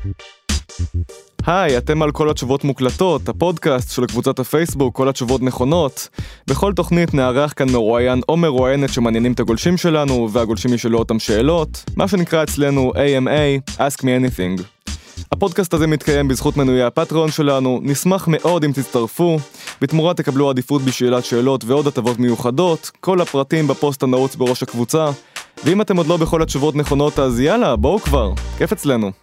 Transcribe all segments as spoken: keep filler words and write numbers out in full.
היי, אתם על כל התשובות מוקלטות, הפודקאסט של קבוצת הפייסבוק, כל התשובות נכונות. בכל תוכנית נערך כאן מרואיין או מרואיינת שמעניינים את הגולשים שלנו, והגולשים ישאלו אותם שאלות, מה שנקרא אצלנו A M A, Ask Me Anything. הפודקאסט הזה מתקיים בזכות מנויי הפטריון שלנו, נשמח מאוד אם תצטרפו, בתמורה תקבלו עדיפות בשאלת שאלות ועוד הטבות מיוחדות, כל הפרטים בפוסט הנעוץ בראש הקבוצה, ואם אתם עוד לא בכל התשובות נכונות אז יאללה, בואו כבר, כיף אצלנו.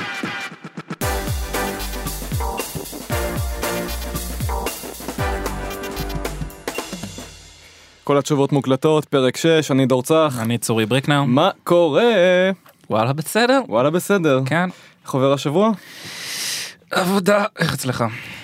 כל התשובות מוקלטות, פרק שש, אני דור צח. אני צורי בריקנר. מה קורה? וואלה בסדר. וואלה בסדר. כן. איך עובר השבוע? עבודה. איך אצלך?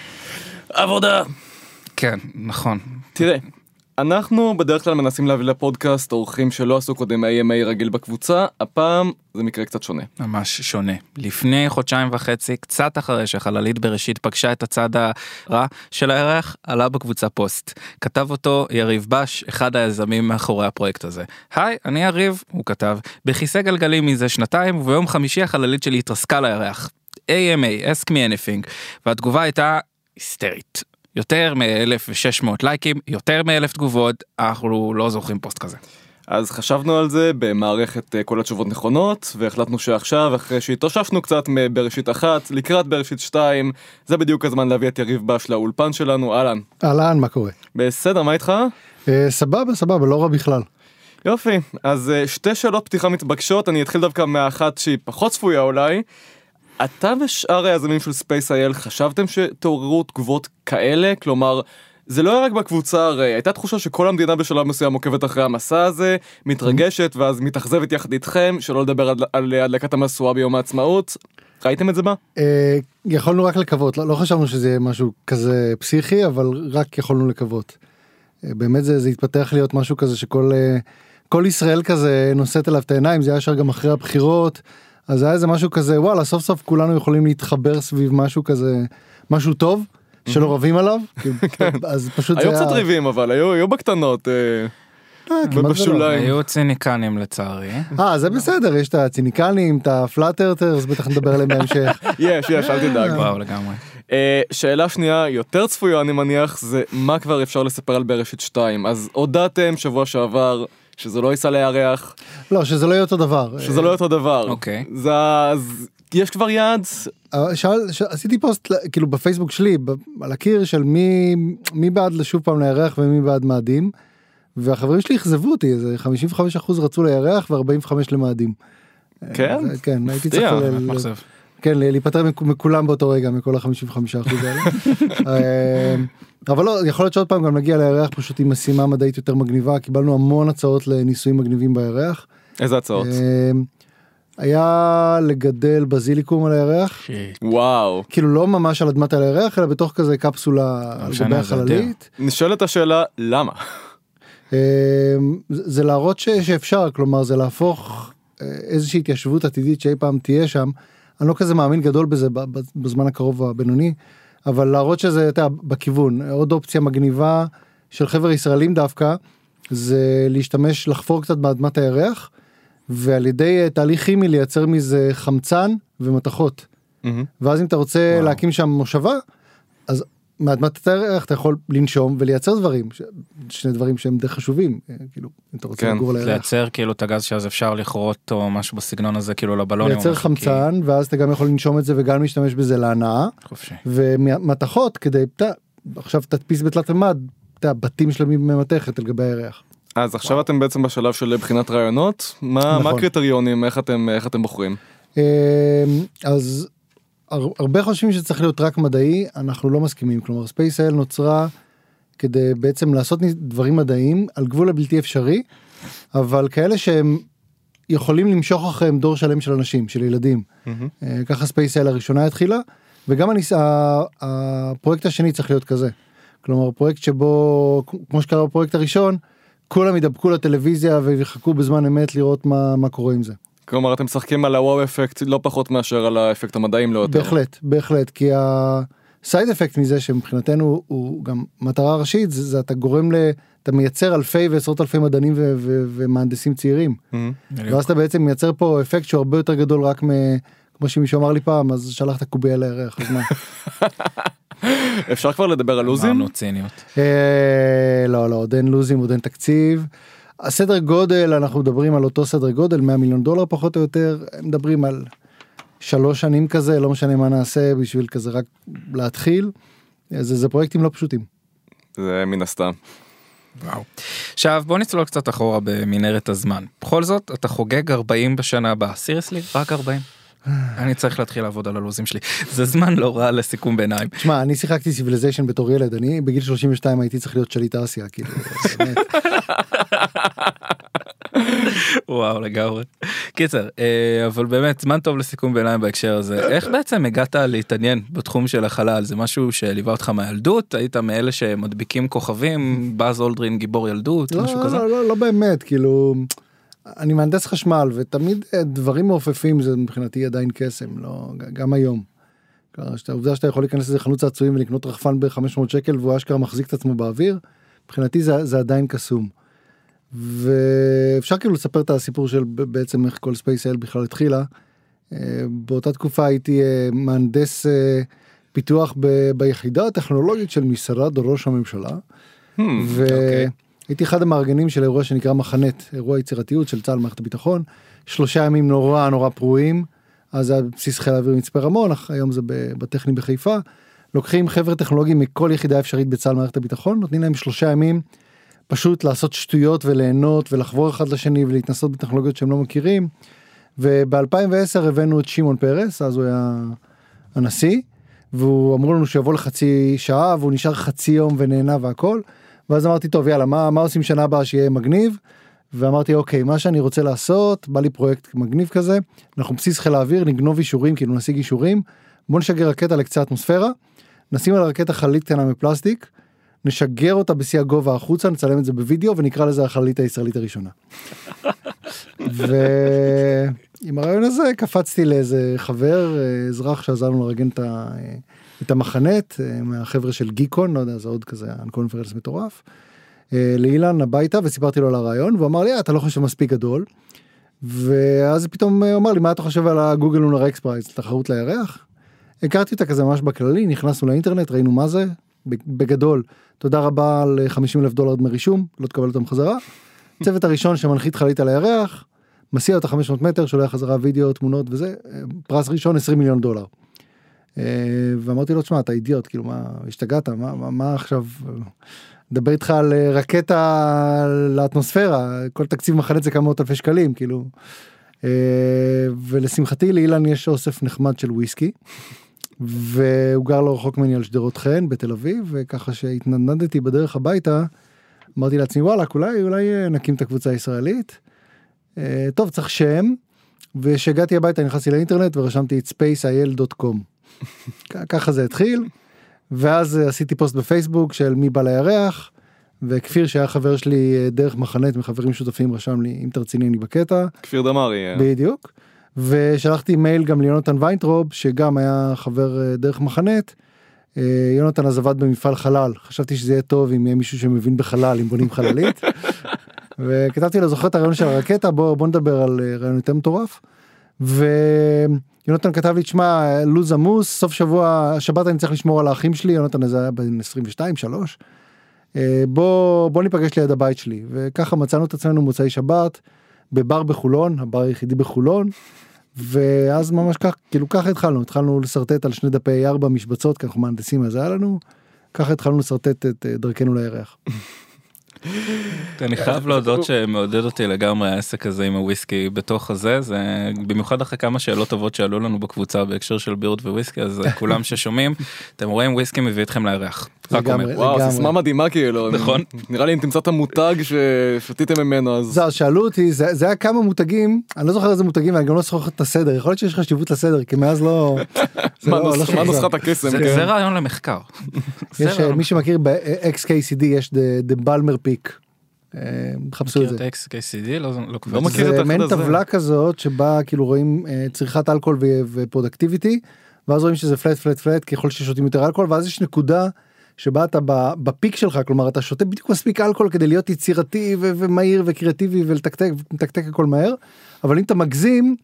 עבודה. כן, נכון. תראה, אנחנו בדרך כלל מנסים להביא לפודקאסט אורחים שלא עשו קודם A M A רגיל בקבוצה, הפעם זה מקרה קצת שונה. ממש שונה. לפני חודשיים וחצי, קצת אחרי שחללית בראשית פגשה את הצד הרע של הירח, עלה בקבוצה פוסט. כתב אותו יריב בש, אחד היזמים מאחורי הפרויקט הזה. היי, אני יריב, הוא כתב, בכיסא גלגלים מזה שנתיים, וביום חמישי החללית שלי התרסקה לירח. A M A, Ask Me Anything. והתגובה הייתה היסטרית. יותר מ-אלף ושש מאות לייקים, יותר מ-אלף תגובות, אנחנו לא זוכרים פוסט כזה. אז חשבנו על זה במערכת כל התשובות נכונות, והחלטנו שעכשיו, אחרי שהתאוששנו קצת מבראשית אחת, לקראת בראשית שתיים, זה בדיוק הזמן להביא את יריב בש לאולפן שלנו. אהלן. אהלן, מה קורה? בסדר, מה איתך? אה, סבבה, סבבה, לא רע בכלל. יופי, אז שתי שאלות פתיחה מתבקשות, אני אתחיל דווקא מהאחת שהיא פחות צפויה אולי. אתה ושאר היזמים של ספייס איי אל חשבתם שתעוררו תגובות כאלה? כלומר, זה לא היה רק בקבוצה, הרי הייתה תחושה שכל המדינה בשלב מסוים עוקבת אחרי המסע הזה, מתרגשת ואז מתאכזבת יחד איתכם, שלא לדבר על, על הדלקת המשואה ביום העצמאות. ראיתם את זה בה? אה, יכולנו רק לקוות, לא, לא חשבנו שזה יהיה משהו כזה פסיכי, אבל רק יכולנו לקוות. אה, באמת זה, זה התפתח להיות משהו כזה שכל אה, כל ישראל כזה נושאת אליו את העיניים, זה היה ישר גם אחרי הבחירות, אז היה איזה משהו כזה, וואלה, סוף סוף כולנו יכולים להתחבר סביב משהו כזה, משהו טוב, שלא רבים עליו, אז פשוט זה היה... היו קצת ריבים אבל, היו בקטנות, ובשוליים. היו ציניקנים לצערי. אה, זה בסדר, יש את הציניקנים, את הפלאטרטרס, בטח נדבר עליהם בהמשך. יש, יש, אל תדאג. וואו, לגמרי. שאלה שנייה, יותר צפויה אני מניח, זה מה כבר אפשר לספר על בראשית שתיים, אז הודעתם שבוע שעבר, שזה לא ייסע לירח. לא, שזה לא יהיה אותו דבר. שזה לא יהיה אותו דבר. אוקיי. זה, אז יש כבר יעד? שאל, עשיתי פוסט כאילו בפייסבוק שלי, על הקיר של מי, מי בעד לשוב פעם לירח ומי בעד מאדים, והחברים שלי החזבו אותי, איזה חמישים וחמישה אחוז רצו לירח ו-ארבעים וחמישה למאדים. כן? כן, הייתי צריך... מחשב. כן, להיפטר מכולם באותו רגע, מכל ה-חמישים וחמישה אחוז האלה. אבל לא, יכול להיות שעוד פעם גם נגיע לירח פשוט עם משימה מדעית יותר מגניבה, קיבלנו המון הצעות לניסויים מגניבים בירח. איזה הצעות? היה לגדל בזיליקום על הירח. וואו. כאילו לא ממש על אדמת על הירח, אלא בתוך כזה קפסולה על גבי החללית. נשאלת השאלה, למה? זה להראות שאפשר, כלומר זה להפוך איזושהי התיישבות עתידית שאי פעם תהיה שם. אני לא כזה מאמין גדול בזה בזמן הקרוב הבינוני, אבל להראות שזה אתה, בכיוון. עוד אופציה מגניבה של חבר ישראלים דווקא, זה להשתמש, לחפור קצת באדמת הירח, ועל ידי תהליך כימי לייצר מזה חמצן ומתכות. Mm-hmm. ואז אם אתה רוצה וואו. להקים שם מושבה, אז מאדמת הירח אתה יכול לנשום ולייצר דברים, ש... שני דברים שהם די חשובים, כאילו, אם אתה רוצה כן. לגור על הירח. לייצר כאילו את הגז שאז אפשר לכרות או משהו בסגנון הזה, כאילו לבלונים. לייצר חמצן, כי... ואז אתה גם יכול לנשום את זה וגם להשתמש בזה להנאה. חופשי. ומתכות כדי, אתה, עכשיו תדפיס בתלת ממד, אתה, בתים שלמים ממתכת על גבי הירח. אז עכשיו אתם בעצם בשלב של בחינת רעיונות, מה הקריטריונים, איך אתם בוחרים? אז הרבה חושבים שצריך להיות רק מדעי, אנחנו לא מסכימים, כלומר ספייס איי אל נוצרה כדי בעצם לעשות דברים מדעיים על גבול הבלתי אפשרי, אבל כאלה שהם יכולים למשוך אחריהם דור שלם של אנשים, של ילדים. ככה ספייס איי אל הראשונה התחילה, וגם הפרויקט השני צריך להיות כזה. כלומר פרויקט שבו, כמו שקרה בפרויקט הראשון, כולם ידבקו לטלוויזיה ויחכו בזמן אמת לראות מה, מה קורה עם זה. כלומר, אתם משחקים על הוואו אפקט לא פחות מאשר על האפקט המדעים לא יותר. בהחלט, בהחלט, כי הסייד אפקט מזה שמבחינתנו הוא גם מטרה ראשית, זה, זה אתה גורם ל... אתה מייצר אלפי ועשרות אלפי מדענים ו- ו- ומהנדסים צעירים. Mm-hmm. ואז אתה בעצם מייצר פה אפקט שהוא הרבה יותר גדול רק מ... כמו שמישהו אמר לי פעם, אז שלחת קובייה לירח, אז מה? אפשר כבר לדבר על לוזים? אמרנו ציניות. לא, לא, עוד אין לוזים, עוד אין תקציב. הסדר גודל, אנחנו מדברים על אותו סדר גודל, מאה מיליון דולר פחות או יותר, מדברים על שלוש שנים כזה, לא משנה מה נעשה בשביל כזה רק להתחיל. זה, זה פרויקטים לא פשוטים. זה מן הסתם. וואו. עכשיו בוא נצלול קצת אחורה במנהרת הזמן. בכל זאת, אתה חוגג ארבעים בשנה הבאה. סיריוסלי? רק ארבעים. אני צריך להתחיל לעבוד על הלוזים שלי. זה זמן לא רע לסיכום ביניים. תשמע, אני שיחקתי סיביליזיישן בתור ילד, אני בגיל שלושים ושתיים הייתי צריך להיות שליט אסיה, כאילו, באמת. וואו, לגמרי. קיצר, אבל באמת, זמן טוב לסיכום ביניים בהקשר הזה. איך בעצם הגעת להתעניין בתחום של החלל? זה משהו שליווה אותך מהילדות? היית מאלה שמדביקים כוכבים, באז אולדרין גיבור ילדות, משהו כזה? לא, לא, לא באמת, כאילו, אני מהנדס חשמל, ותמיד דברים מעופפים זה מבחינתי עדיין קסם, לא, גם היום. העובדה שאתה יכול להיכנס לזה חנות צעצועים ולקנות רחפן ב-חמש מאות שקל, והוא אשכרה מחזיק את עצמו באוויר, מבחינתי זה, זה עדיין קסום. ואפשר כאילו לספר את הסיפור של בעצם איך כל ספייס-אל בכלל התחילה. באותה תקופה הייתי מהנדס פיתוח ב- ביחידה הטכנולוגית של משרד ראש הממשלה, hmm, והייתי okay. אחד המארגנים של אירוע שנקרא מחנט, אירוע יצירתיות של צה"ל מערכת הביטחון, שלושה ימים נורא נורא פרועים, אז זה היה בסיס חיל האוויר מצפה רמון, היום זה בטכני בחיפה, לוקחים חבר'ה טכנולוגיים מכל יחידה אפשרית בצה"ל מערכת הביטחון, נותנים להם שלושה ימים, פשוט לעשות שטויות וליהנות ולחבור אחד לשני ולהתנסות בטכנולוגיות שהם לא מכירים, וב-אלפיים ועשר הבאנו את שמעון פרס, אז הוא היה הנשיא, והוא אמרו לנו שיבוא לחצי שעה, והוא נשאר חצי יום ונהנה והכל, ואז אמרתי, טוב, יאללה, מה, מה עושים שנה הבאה שיהיה מגניב? ואמרתי, אוקיי, מה שאני רוצה לעשות, בא לי פרויקט מגניב כזה, אנחנו בסיס חיל האוויר, נגנוב אישורים, כאילו נשיג אישורים, בוא נשגר רקטה לקצה אטמוספירה, נשים על הרקטה חללית קטנה מפלסטיק, נשגר אותה בשיא הגובה החוצה, נצלם את זה בווידאו, ונקרא לזה החללית הישראלית הראשונה. ועם הרעיון הזה קפצתי לאיזה חבר, אזרח שעזר לנו לארגן את המחנט, מהחבר'ה של גיקון, לא יודע, זה עוד כזה, אנקונפרנס מטורף, לאילן הביתה, וסיפרתי לו על הרעיון, והוא אמר לי, אתה לא חושב מספיק גדול, ואז פתאום הוא אמר לי, מה אתה חושב על הגוגל לונר אקס פרייז, תחרות לירח? הכרתי אותה כזה ממש בכללי, נכנסנו לאינטרנט, ראינו מה זה, בגדול, תודה רבה על חמישים אלף דולר דמי רישום, לא תקבל אותם חזרה, צוות הראשון שמנחית חללית על הירח, מסיע אותה חמש מאות מטר, שולח חזרה וידאו, תמונות וזה, פרס ראשון עשרים מיליון דולר. ואמרתי לו, תשמע, אתה אידיוט, כאילו, מה, השתגעת, מה, מה, מה עכשיו, דבר איתך על רקטה לאטמוספירה, כל תקציב מחנט זה כמה מאות אלפי שקלים, כאילו, ולשמחתי לאילן יש אוסף נחמד של וויסקי, והוא גר לא רחוק ממני על שדרות חן בתל אביב, וככה שהתנדנדתי בדרך הביתה, אמרתי לעצמי, וואלה, אולי, אולי נקים את הקבוצה הישראלית, טוב, צריך שם, ושהגעתי הביתה, נכנסתי לאינטרנט ורשמתי את ספייס איי אל דוט קום. ככה זה התחיל, ואז עשיתי פוסט בפייסבוק של מי בא לירח, וכפיר שהיה חבר שלי דרך מחנט, מחברים שותפים רשם לי, אם תרציני אני בקטע. כפיר דמרי. בדיוק. ושלחתי מייל גם ליונתן ויינטרוב, שגם היה חבר דרך מחנט, יונתן אז עבד במפעל חלל, חשבתי שזה יהיה טוב אם יהיה מישהו שמבין בחלל, אם בונים חללית, וכתבתי לו, זוכר את הרעיון של הרקטה, בוא, בוא נדבר על רעיון יותר מטורף, ויונתן כתב לי, תשמע, לוז עמוס, סוף שבוע, שבת אני צריך לשמור על האחים שלי, יונתן הזה היה בין עשרים ושתיים שלוש, בוא, בוא ניפגש ליד הבית שלי, וככה מצאנו את עצמנו מוצאי שבת, בבר בחולון, הבר היחידי בחולון, ואז ממש כך, כאילו ככה התחלנו, התחלנו לסרטט על שני דפי ארבע משבצות, כי אנחנו מהנדסים, אז היה לנו, ככה התחלנו לסרטט את דרכנו לירח. אני חייב להודות שמעודד אותי לגמרי העסק הזה עם הוויסקי בתוך הזה, זה במיוחד אחרי כמה שאלות טובות שעלו לנו בקבוצה בהקשר של בירות וויסקי, אז כולם ששומעים, אתם רואים וויסקי מביא אתכם לירח. וואו, סיסמה מדהימה כאילו, נכון. נראה לי אם תמצא את המותג ששתיתם ממנו, אז... זהו, שאלו אותי, זה היה כמה מותגים, אני לא זוכר איזה מותגים, ואני גם לא זוכר את הסדר, יכול להיות שיש חשיבות לסדר, כי מאז לא... מה נוסחת הקסם? זה רעיון למחקר. יש, מי שמכיר ב-אקס קיי סי די יש The Balmer Peak. חפשו את זה. מכיר את אקס קיי סי די? לא מכיר את זה מעין טבלה כזאת שבה כאילו רואים צריכת אלכוהול ופרודקטיביטי, ואז רואים שזה פלט פלט פלט ככל ששותים יותר אלכוהול, ואז יש נקודה שבה אתה בפיק שלך, כלומר אתה שותה בדיוק מספיק אלכוהול כדי להיות יצירתי ומהיר וקריאטיבי ולתקתק הכל מהר, אבל אם אתה מגזים,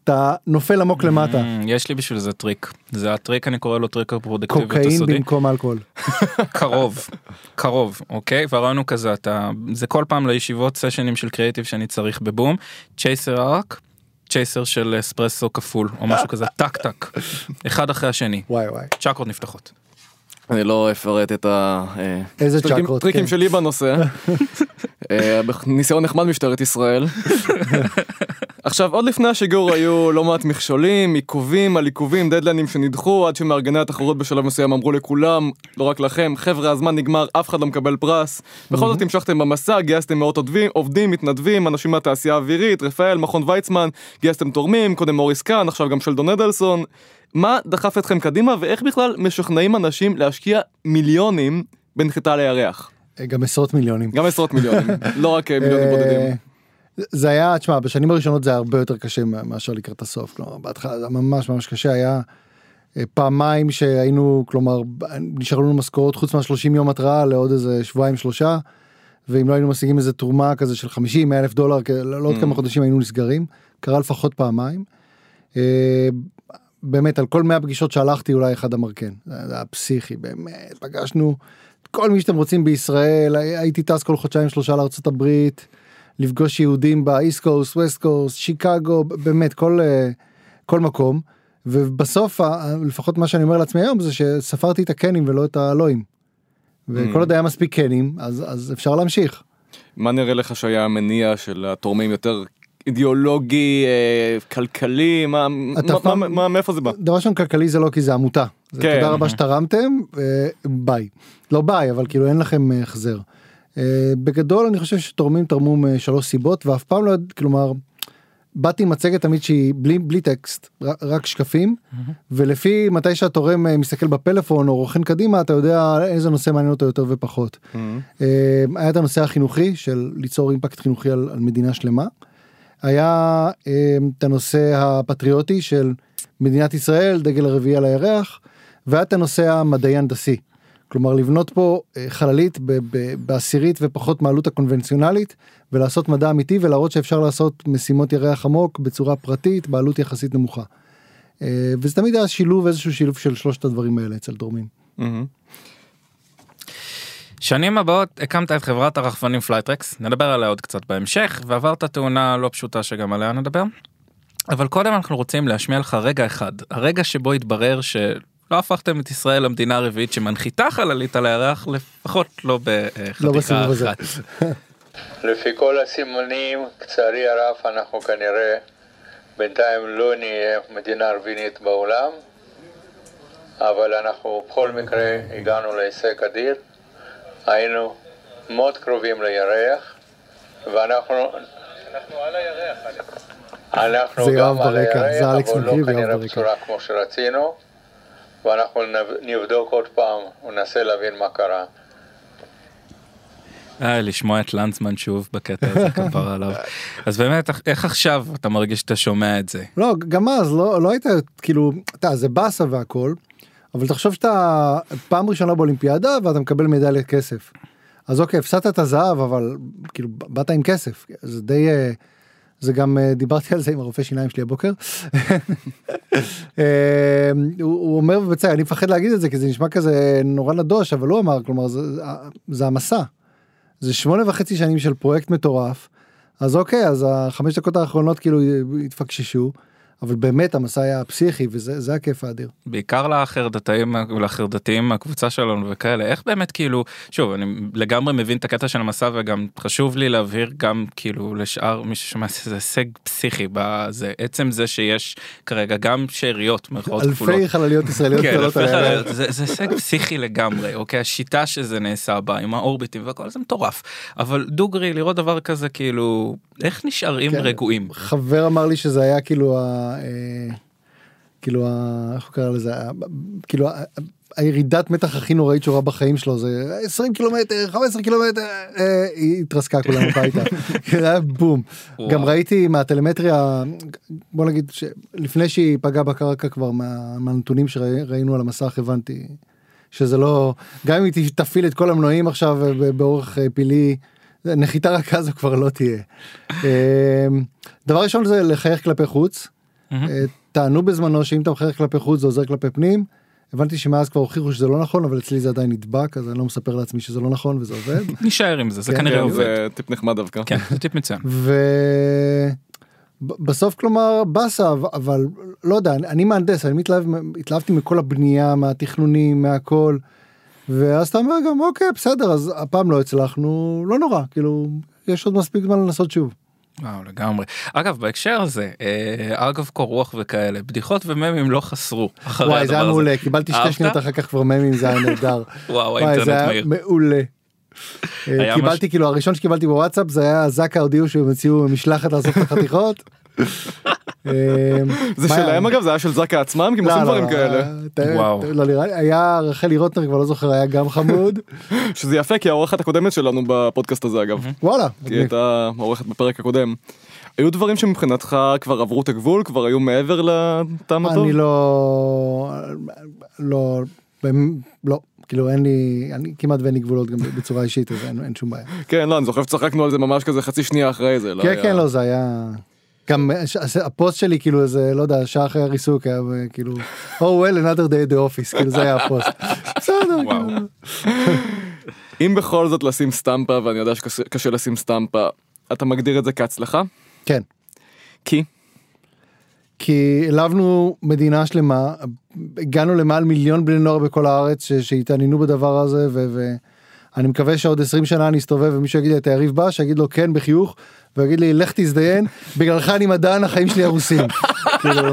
אתה נופל עמוק למטה. יש לי בשביל זה טריק, זה הטריק, אני קורא לו טריק הפרודקטיביות קוקאין הסודי. במקום אלכוהול. קרוב, קרוב, אוקיי? והרעיון הוא כזה, אתה, זה כל פעם לישיבות סשנים של קריאיטיב שאני צריך בבום, צ'ייסר ארק, צ'ייסר של אספרסו כפול, או משהו כזה, טק טק, אחד אחרי השני. וואי וואי. צ'קרות נפתחות. אני לא אפרט את איזה צ'קרות, הטריקים כן. שלי בנושא. אה, ניסיון נחמד משטרת ישראל. עכשיו, עוד לפני השיגור היו לא מעט מכשולים, עיכובים על עיכובים, דדליינים שנדחו, עד שמארגני התחרות בשלב מסוים אמרו לכולם, לא רק לכם, חבר'ה, הזמן נגמר, אף אחד לא מקבל פרס. בכל זאת המשכתם במסע, גייסתם מאות עובדים, עובדים, מתנדבים, אנשים מהתעשייה האווירית, רפאל, מכון ויצמן, גייסתם תורמים, קודם מוריס קאן, עכשיו גם שלדון אדלסון. מה דחף אתכם קדימה, ואיך בכלל משכנעים אנשים להשקיע מיליונים בנחיתה לירח? גם עשרות מיליונים. גם עשרות מיליונים, לא רק מיליונים בודדים. זה היה, תשמע, בשנים הראשונות זה היה הרבה יותר קשה מאשר לקראת הסוף, כלומר, בהתחלה זה ממש ממש קשה, היה פעמיים שהיינו, כלומר, נשארו לנו משכורות חוץ מה-שלושים יום התראה לעוד איזה שבועיים שלושה, ואם לא היינו משיגים איזה תרומה כזה של חמישים אלף דולר, לא עוד כמה חודשים היינו נסגרים, קרה לפחות פעמיים. באמת, על כל מאה פגישות שהלכתי, אולי אחד אמרקן, זה היה פסיכי, באמת, פגשנו כל מי שאתם רוצים בישראל, הייתי טס כל חודשיים שלושה לארצות הברית, לפגוש יהודים באיסט קוסט, ווסט קוסט, שיקגו, באמת, כל, כל מקום, ובסוף, לפחות מה שאני אומר לעצמי היום, זה שספרתי את הקנים ולא את האלוהים, וכל עוד היה מספיק קנים, אז, אז אפשר להמשיך. מה נראה לך שהיה המניע של התורמים יותר אידיאולוגי, כלכלי, מה, מה, מה, מאיפה זה בא? דבר שם כלכלי זה לא כי זה עמותה, זה כן. תודה רבה שתרמתם, ביי. לא ביי, אבל כאילו אין לכם החזר. בגדול אני חושב שתורמים תרמו משלוש סיבות, ואף פעם לא, כלומר, באתי עם מצגת תמיד שהיא בלי, בלי טקסט, רק שקפים, ולפי מתי שהתורם מסתכל בפלאפון או רוכן קדימה, אתה יודע איזה נושא מעניין אותו יותר ופחות. היה את הנושא החינוכי, של ליצור אימפקט חינוכי על, על מדינה שלמה, היה את הנושא הפטריוטי של מדינת ישראל, דגל הרביעי על הירח, והיה את הנושא המדעי הנדסי. כלומר, לבנות פה חללית בעשירית ופחות מעלות הקונבנציונלית, ולעשות מדע אמיתי ולהראות שאפשר לעשות משימות ירח עמוק בצורה פרטית, בעלות יחסית נמוכה. וזה תמיד היה שילוב, איזשהו שילוב של שלושת הדברים האלה אצל תורמים. שנים הבאות הקמת את חברת הרחפנים פלייטרקס, נדבר עליה עוד קצת בהמשך, ועברת תאונה לא פשוטה שגם עליה נדבר. אבל קודם אנחנו רוצים להשמיע לך רגע אחד, הרגע שבו התברר שלא הפכתם את ישראל למדינה הרביעית שמנחיתה חללית על הירח, לפחות לא בחתיכה אחת. לפי כל הסימונים, קצרי הרב, אנחנו כנראה בינתיים לא נהיה מדינה הרביעית בעולם, אבל אנחנו בכל מקרה הגענו להישג אדיר, היינו מאוד קרובים לירח, ואנחנו אנחנו על הירח, אנחנו גם על הירח, אבל לא כנראה בצורה כמו שרצינו, ואנחנו נבדוק עוד פעם וננסה להבין מה קרה. אה, לשמוע את לנצמן שוב בקטע הזה כבר עליו. אז באמת, איך עכשיו אתה מרגיש שאתה שומע את זה? לא, גם אז, לא, לא היית, כאילו, אתה, זה בסה והכל, אבל תחשוב שאתה פעם ראשונה באולימפיאדה, ואתה מקבל מדליית כסף. אז אוקיי, הפסדת את הזהב, אבל כאילו, באת עם כסף. זה די, זה גם, דיברתי על זה עם הרופא שיניים שלי הבוקר. הוא אומר בצעי, אני מפחד להגיד את זה, כי זה נשמע כזה נורא נדוש, אבל הוא אמר, כלומר, זה, זה המסע. זה שמונה וחצי שנים של פרויקט מטורף, אז אוקיי, אז החמש דקות האחרונות כאילו התפקששו, אבל באמת המסע היה פסיכי, וזה זה הכיף האדיר. בעיקר לחרדתיים, לחרדתיים, הקבוצה שלנו וכאלה, איך באמת כאילו, שוב, אני לגמרי מבין את הקטע של המסע, וגם חשוב לי להבהיר גם כאילו לשאר מי ששומע, זה הישג פסיכי, בזה, עצם זה שיש כרגע גם שאריות, מרכאות כפולות. אלפי חלליות ישראליות גדולות עליהם. זה הישג פסיכי לגמרי, אוקיי, השיטה שזה נעשה בה, עם האורביטים והכל, זה מטורף. אבל דוגרי, לראות דבר כזה, כאילו, איך נשארים רגועים? חבר אמר לי שזה היה כאילו כאילו, איך הוא קרא לזה, כאילו, הירידת מתח הכי נוראית שורה בחיים שלו, זה עשרים קילומטר, חמש עשרה קילומטר, היא התרסקה כולם הביתה, זה היה בום. גם ראיתי מהטלמטריה, בוא נגיד, לפני שהיא פגעה בקרקע כבר, מהנתונים שראינו על המסך, הבנתי שזה לא, גם אם היא תפעיל את כל המנועים עכשיו באורך פילי, נחיתה רכה זו כבר לא תהיה. דבר ראשון זה לחייך כלפי חוץ, טענו בזמנו שאם אתה מחר כלפי חוץ זה עוזר כלפי פנים, הבנתי שמאז כבר הוכיחו שזה לא נכון, אבל אצלי זה עדיין נדבק, אז אני לא מספר לעצמי שזה לא נכון וזה עובד. נשאר עם זה, זה כנראה עובד. זה טיפ נחמד דווקא. כן, זה טיפ מצוין. ובסוף כלומר בסה, אבל לא יודע, אני מהנדס, אני התלהבתי מכל הבנייה, מהתכנונים, מהכל, ואז אתה אומר גם, אוקיי, בסדר, אז הפעם לא הצלחנו, לא נורא, כאילו, יש עוד מספיק זמן לנסות שוב. וואו, לגמרי. אגב, בהקשר הזה, אגב קור רוח וכאלה, בדיחות וממים לא חסרו אחרי הדבר הזה. וואי, זה היה מעולה, קיבלתי שתי שניות אחר כך כבר ממים, זה היה נהדר. וואו, האינטרנט מהיר. זה היה מעולה. קיבלתי, כאילו, הראשון שקיבלתי בוואטסאפ, זה היה זקה הודיעו שהם הציעו משלחת לעשות את החתיכות. זה שלהם אגב, זה היה של זקה עצמם, כי הם עושים דברים כאלה. לא נראה לי, היה רחלי רוטנר, כבר לא זוכר, היה גם חמוד. שזה יפה, כי העורכת הקודמת שלנו בפודקאסט הזה אגב. וואלה. היא הייתה העורכת בפרק הקודם. היו דברים שמבחינתך כבר עברו את הגבול, כבר היו מעבר לטעם הטוב? אני לא, לא, לא. כאילו אין לי, אני כמעט ואין לי גבולות גם בצורה אישית, אז אין, אין שום בעיה. כן, לא, אני זוכר שצחקנו על זה ממש כזה חצי שנייה אחרי זה. כן, כן, לא, זה היה... גם הפוסט שלי, כאילו, איזה, לא יודע, שעה אחרי הריסוק, היה כאילו, oh well, another day at the office, כאילו, זה היה הפוסט. בסדר, כאילו. אם בכל זאת לשים סטמפה, ואני יודע שקשה לשים סטמפה, אתה מגדיר את זה כהצלחה? כן. כי? כי העלבנו מדינה שלמה, הגענו למעל מיליון בני נוער בכל הארץ שהתעניינו בדבר הזה, ואני מקווה שעוד עשרים שנה אני אסתובב ומישהו יגיד לי את היריב בא, שיגיד לו כן בחיוך, ויגיד לי לך תזדיין, בגללך אני מדען, החיים שלי הרוסים. כאילו...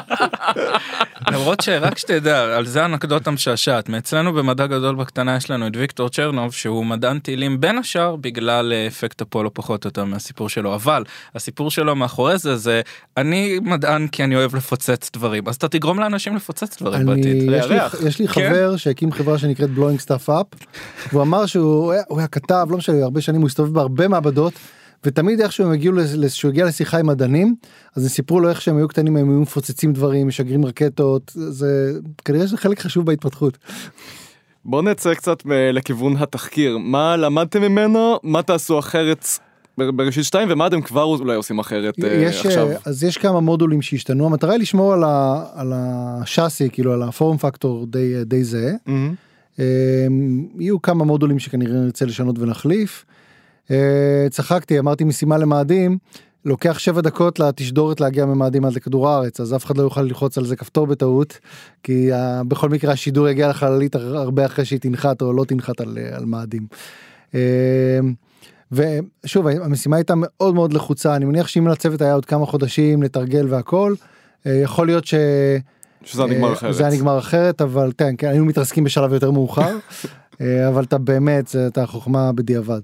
למרות שרק שתדע, על זה אנקדוטה משעשעת, מאצלנו במדע גדול בקטנה יש לנו את ויקטור צ'רנוב, שהוא מדען טילים בין השאר, בגלל אפקט אפולו פחות או יותר מהסיפור שלו, אבל הסיפור שלו מאחורי זה, זה אני מדען כי אני אוהב לפוצץ דברים, אז אתה תגרום לאנשים לפוצץ דברים בעתיד. יש לי חבר שהקים חברה שנקראת Blowing Stuff Up, והוא אמר שהוא היה כתב, לא משנה, הרבה שנים הוא הסתובב בהרבה מעבדות, ותמיד איכשהו הם הגיעו, שהוא הגיע לשיחה עם מדענים, אז הם סיפרו לו איך שהם היו קטנים, הם היו מפוצצים דברים, משגרים רקטות, זה כנראה שזה חלק חשוב בהתפתחות. בואו נצא קצת לכיוון התחקיר, מה למדתם ממנו, מה תעשו אחרת בראשית שתיים, ומה אתם כבר אולי עושים אחרת יש, עכשיו? אז יש כמה מודולים שהשתנו, המטרה היא לשמור על, ה, על השאסי, כאילו על הפורם פקטור די, די זה, mm-hmm. יהיו כמה מודולים שכנראה נרצה לשנות ונחליף, צחקתי, אמרתי משימה למאדים, לוקח שבע דקות לתשדורת להגיע ממאדים עד לכדור הארץ, אז אף אחד לא יוכל ללחוץ על זה כפתור בטעות, כי בכל מקרה השידור יגיע לחללית הרבה אחרי שהיא תנחת או לא תנחת על, על מאדים. ושוב, המשימה הייתה מאוד מאוד לחוצה, אני מניח שאם לצוות היה עוד כמה חודשים לתרגל והכל, יכול להיות ש... שזה נגמר אחרת. זה נגמר אחרת, אבל כן, כן, היינו מתרסקים בשלב יותר מאוחר, אבל אתה באמת, אתה חוכמה בדיעבד.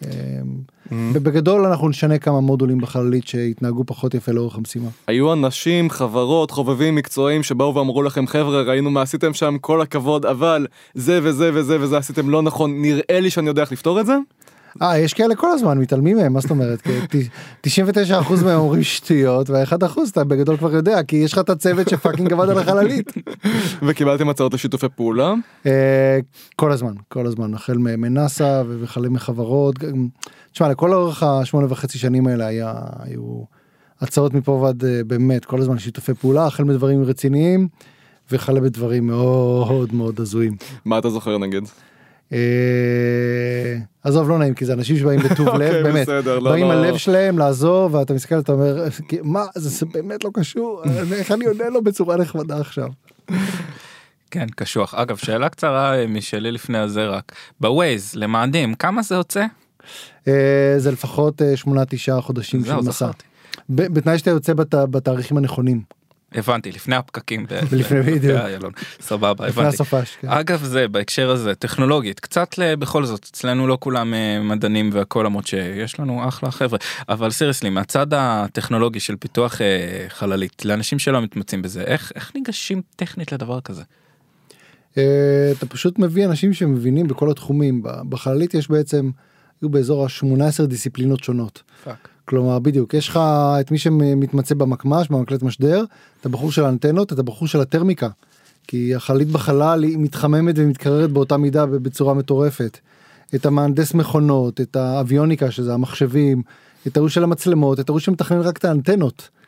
בגדול אנחנו נשנה כמה מודולים בחללית שהתנהגו פחות יפה לאורך המשימה. היו אנשים, חברות, חובבים מקצועיים שבאו ואמרו לכם חבר'ה ראינו מה עשיתם שם, כל הכבוד, אבל זה וזה וזה וזה עשיתם לא נכון, נראה לי שאני יודע איך לפתור את זה? אה, יש כאלה כל הזמן, מתעלמים מהם, מה זאת אומרת? תשעים ותשעה אחוז מהם אומרים שטויות, וה-אחד אחוז אתה בגדול כבר יודע, כי יש לך את הצוות שפאקינג עבד על החללית. וקיבלתם הצעות לשיתופי פעולה? כל הזמן, כל הזמן, החל מנאסא וכלה מחברות. תשמע, לכל אורך השמונה וחצי שנים האלה היו הצעות מפה ועד באמת, כל הזמן שיתופי פעולה, החל מדברים רציניים, וכלה בדברים מאוד מאוד הזויים. מה אתה זוכר נגיד? עזוב, לא נעים, כי זה אנשים שבאים בטוב לב, באמת, באים הלב שלהם לעזור, ואתה מסתכל, אתה אומר, מה, זה באמת לא קשור, איך אני עונה לו בצורה נחמדה עכשיו? כן, קשוח. אגב, שאלה קצרה משלי לפני הזה רק, בווייז, למאדים, כמה זה יוצא? זה לפחות שמונה תשעה חודשים של מסע. בתנאי שאתה יוצא בתאריכים הנכונים. הבנתי, לפני הפקקים. לפני וידאו. סבבה, הבנתי. אגב זה, בהקשר הזה, טכנולוגית, קצת בכל זאת, אצלנו לא כולם מדענים והכל, למרות שיש לנו אחלה חבר'ה, אבל סיריסלי, מהצד הטכנולוגי של פיתוח חללית, לאנשים שלא מתמצאים בזה, איך ניגשים טכנית לדבר כזה? אתה פשוט מביא אנשים שמבינים בכל התחומים, בחללית יש בעצם, היו באזור ה-שמונה עשרה דיסציפלינות שונות. פאק. כלומר, בדיוק, יש לך את מי שמתמצא במקמש, במקלט משדר, את הבחור של האנטנות, את הבחור של הטרמיקה, כי החללית בחלל היא מתחממת ומתקררת באותה מידה בצורה מטורפת. את המהנדס מכונות, את האביוניקה, שזה המחשבים, את הראש של המצלמות, את הראש שמתכנן רק את האנטנות.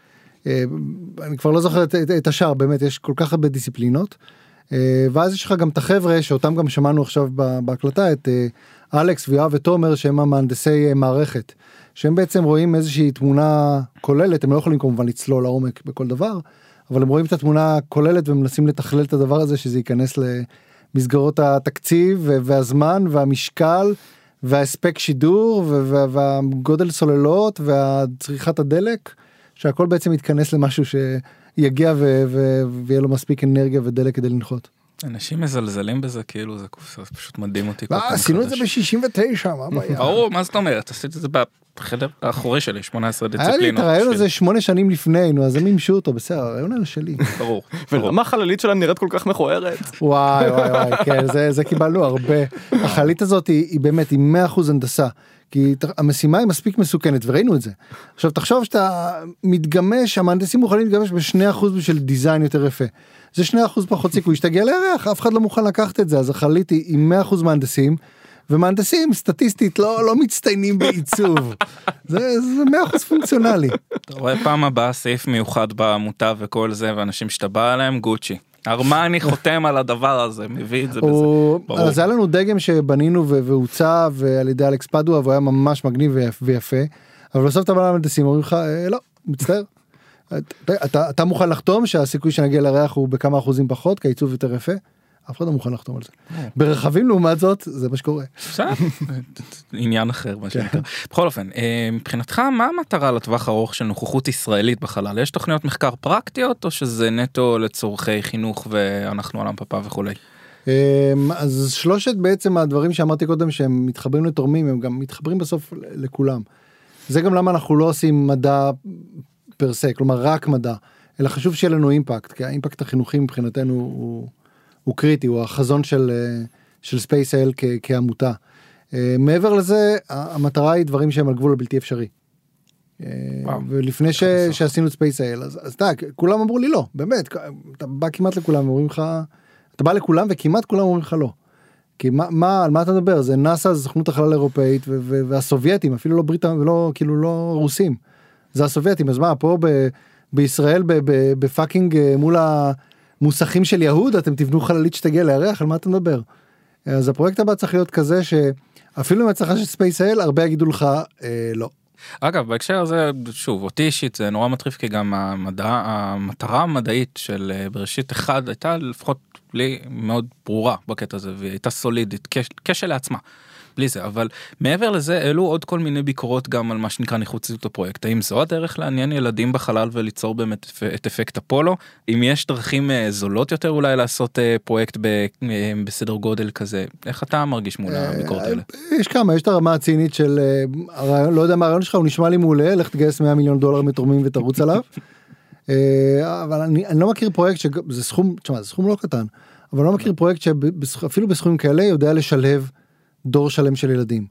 אני כבר לא זוכר את, את, את השאר, באמת יש כל כך הרבה דיסציפלינות, ואז יש לך גם את החבר'ה שאותם גם שמענו עכשיו בהקלטה, את אלכס ויואב ותומר שהם המהנדסי מערכת, שהם בעצם רואים איזושהי תמונה כוללת, הם לא יכולים כמובן לצלול לעומק בכל דבר, אבל הם רואים את התמונה כוללת ומנסים לתכלל את הדבר הזה, שזה ייכנס למסגרות התקציב והזמן והמשקל, והאספק שידור והגודל סוללות והצריכת הדלק, שהכל בעצם יתכנס למשהו שיגיע ויהיה לו מספיק אנרגיה ודלק כדי לנחות. אנשים מזלזלים בזה, כאילו זה פשוט מדהים אותי. עשינו את זה ב-שישים ותשע, מה הבעיה? ברור, מה זאת אומרת? עשיתי את זה בחדר האחורי שלי, שמונה עשרה דיסציפלינות. היה לי את הרעיון הזה שמונה שנים לפני, נו, אז הם ימשו אותו, בסדר, הרעיון הזה שלי. ברור. ולמה החללית שלהם נראית כל כך מכוערת? וואי וואי וואי, כן, זה קיבלנו הרבה. החללית הזאת היא באמת, היא מאה אחוז הנדסה, כי המשימה היא מספיק מסוכנת, וראינו את זה. עכשיו, תחשוב שאתה מתגמש, המהנדסים מוכנים להתגמש ב-שני אחוז בשביל דיזיין יותר יפה. זה שני אחוז פחות סיכוי, שתגיע לירח, אף אחד לא מוכן לקחת את זה, אז החללית היא מאה אחוז מהנדסים, ומהנדסים סטטיסטית לא, לא מצטיינים בעיצוב. זה, זה מאה אחוז פונקציונלי. אתה רואה פעם הבאה סעיף מיוחד בעמותה וכל זה, ואנשים שאתה בא עליהם, גוצ'י. ארמני חותם על הדבר הזה, מביא את זה בזה. אז היה לנו דגם שבנינו והוצע, ועל ידי אלכס פדואה, והוא היה ממש מגניב ויפה, אבל בסוף אתה בא למהנדסים, אומרים לך, לא, מצטער. אתה, אתה מוכן לחתום שהסיכוי שנגיע לירח הוא בכמה אחוזים פחות, כי העיצוב יותר יפה? אף אחד לא מוכן לחתום על זה. ברכבים לעומת זאת, זה מה שקורה. עניין אחר, מה שנקרא. בכל אופן, מבחינתך, מה המטרה לטווח ארוך של נוכחות ישראלית בחלל? יש תוכניות מחקר פרקטיות, או שזה נטו לצורכי חינוך ואנחנו עולם פפה וכו'? אז שלושת בעצם הדברים שאמרתי קודם, שהם מתחברים לתורמים, הם גם מתחברים בסוף לכולם. זה גם למה אנחנו לא עושים מדע פרסה, כלומר רק מדע, אלא חשוב שיהיה לנו אימפקט, כי האימפקט החינוכי מבחינתנו הוא... הוא קריטי, הוא החזון של, של SpaceL כ, כעמותה. מעבר לזה, המטרה היא דברים שהם על גבול הבלתי אפשרי. וואו, ולפני ש, שעשינו את SpaceL, אז, אז אתה, כולם אמרו לי לא, באמת, אתה בא כמעט לכולם, אומרים לך, אתה בא לכולם וכמעט כולם אומרים לך לא. כי מה, מה, על מה אתה מדבר? זה נאסא, זה סוכנות החלל האירופאית, ו, ו, והסובייטים, אפילו לא בריטים, ולא, כאילו לא רוסים. זה הסובייטים, אז מה, פה ב, בישראל, ב, ב, בפאקינג מול ה... מוסכים של יהוד, אתם תבנו חללית שתגיע לירח, על מה אתה מדבר? אז הפרויקט הבא צריך להיות כזה, שאפילו עם הצלחה של SpaceL, הרבה יגידו לך, אה, לא. אגב, בהקשר הזה, שוב, אותי אישית, זה נורא מטריף, כי גם המדע, המטרה המדעית של בראשית אחד, הייתה לפחות לי מאוד ברורה בקטע הזה, והיא הייתה סולידית, כשל לעצמה. בלי זה, אבל מעבר לזה, אלו עוד כל מיני ביקורות גם על מה שנקרא ניחוציות הפרויקט. האם זו הדרך לעניין ילדים בחלל וליצור באמת את אפקט אפולו? אם יש דרכים זולות יותר אולי לעשות פרויקט בסדר גודל כזה, איך אתה מרגיש מול הביקורות האלה? יש כמה, יש את הרמה הצינית של, לא יודע מה הרעיון שלך, הוא נשמע לי מעולה, לך תגייס מאה מיליון דולר מתורמים ותרוץ עליו. אבל אני, אני לא מכיר פרויקט שזה סכום, תשמע, זה סכום לא קטן, אבל אני לא מכיר פרויקט שאפילו בסכומים כאלה יודע לשלב דור שלם של ילדים.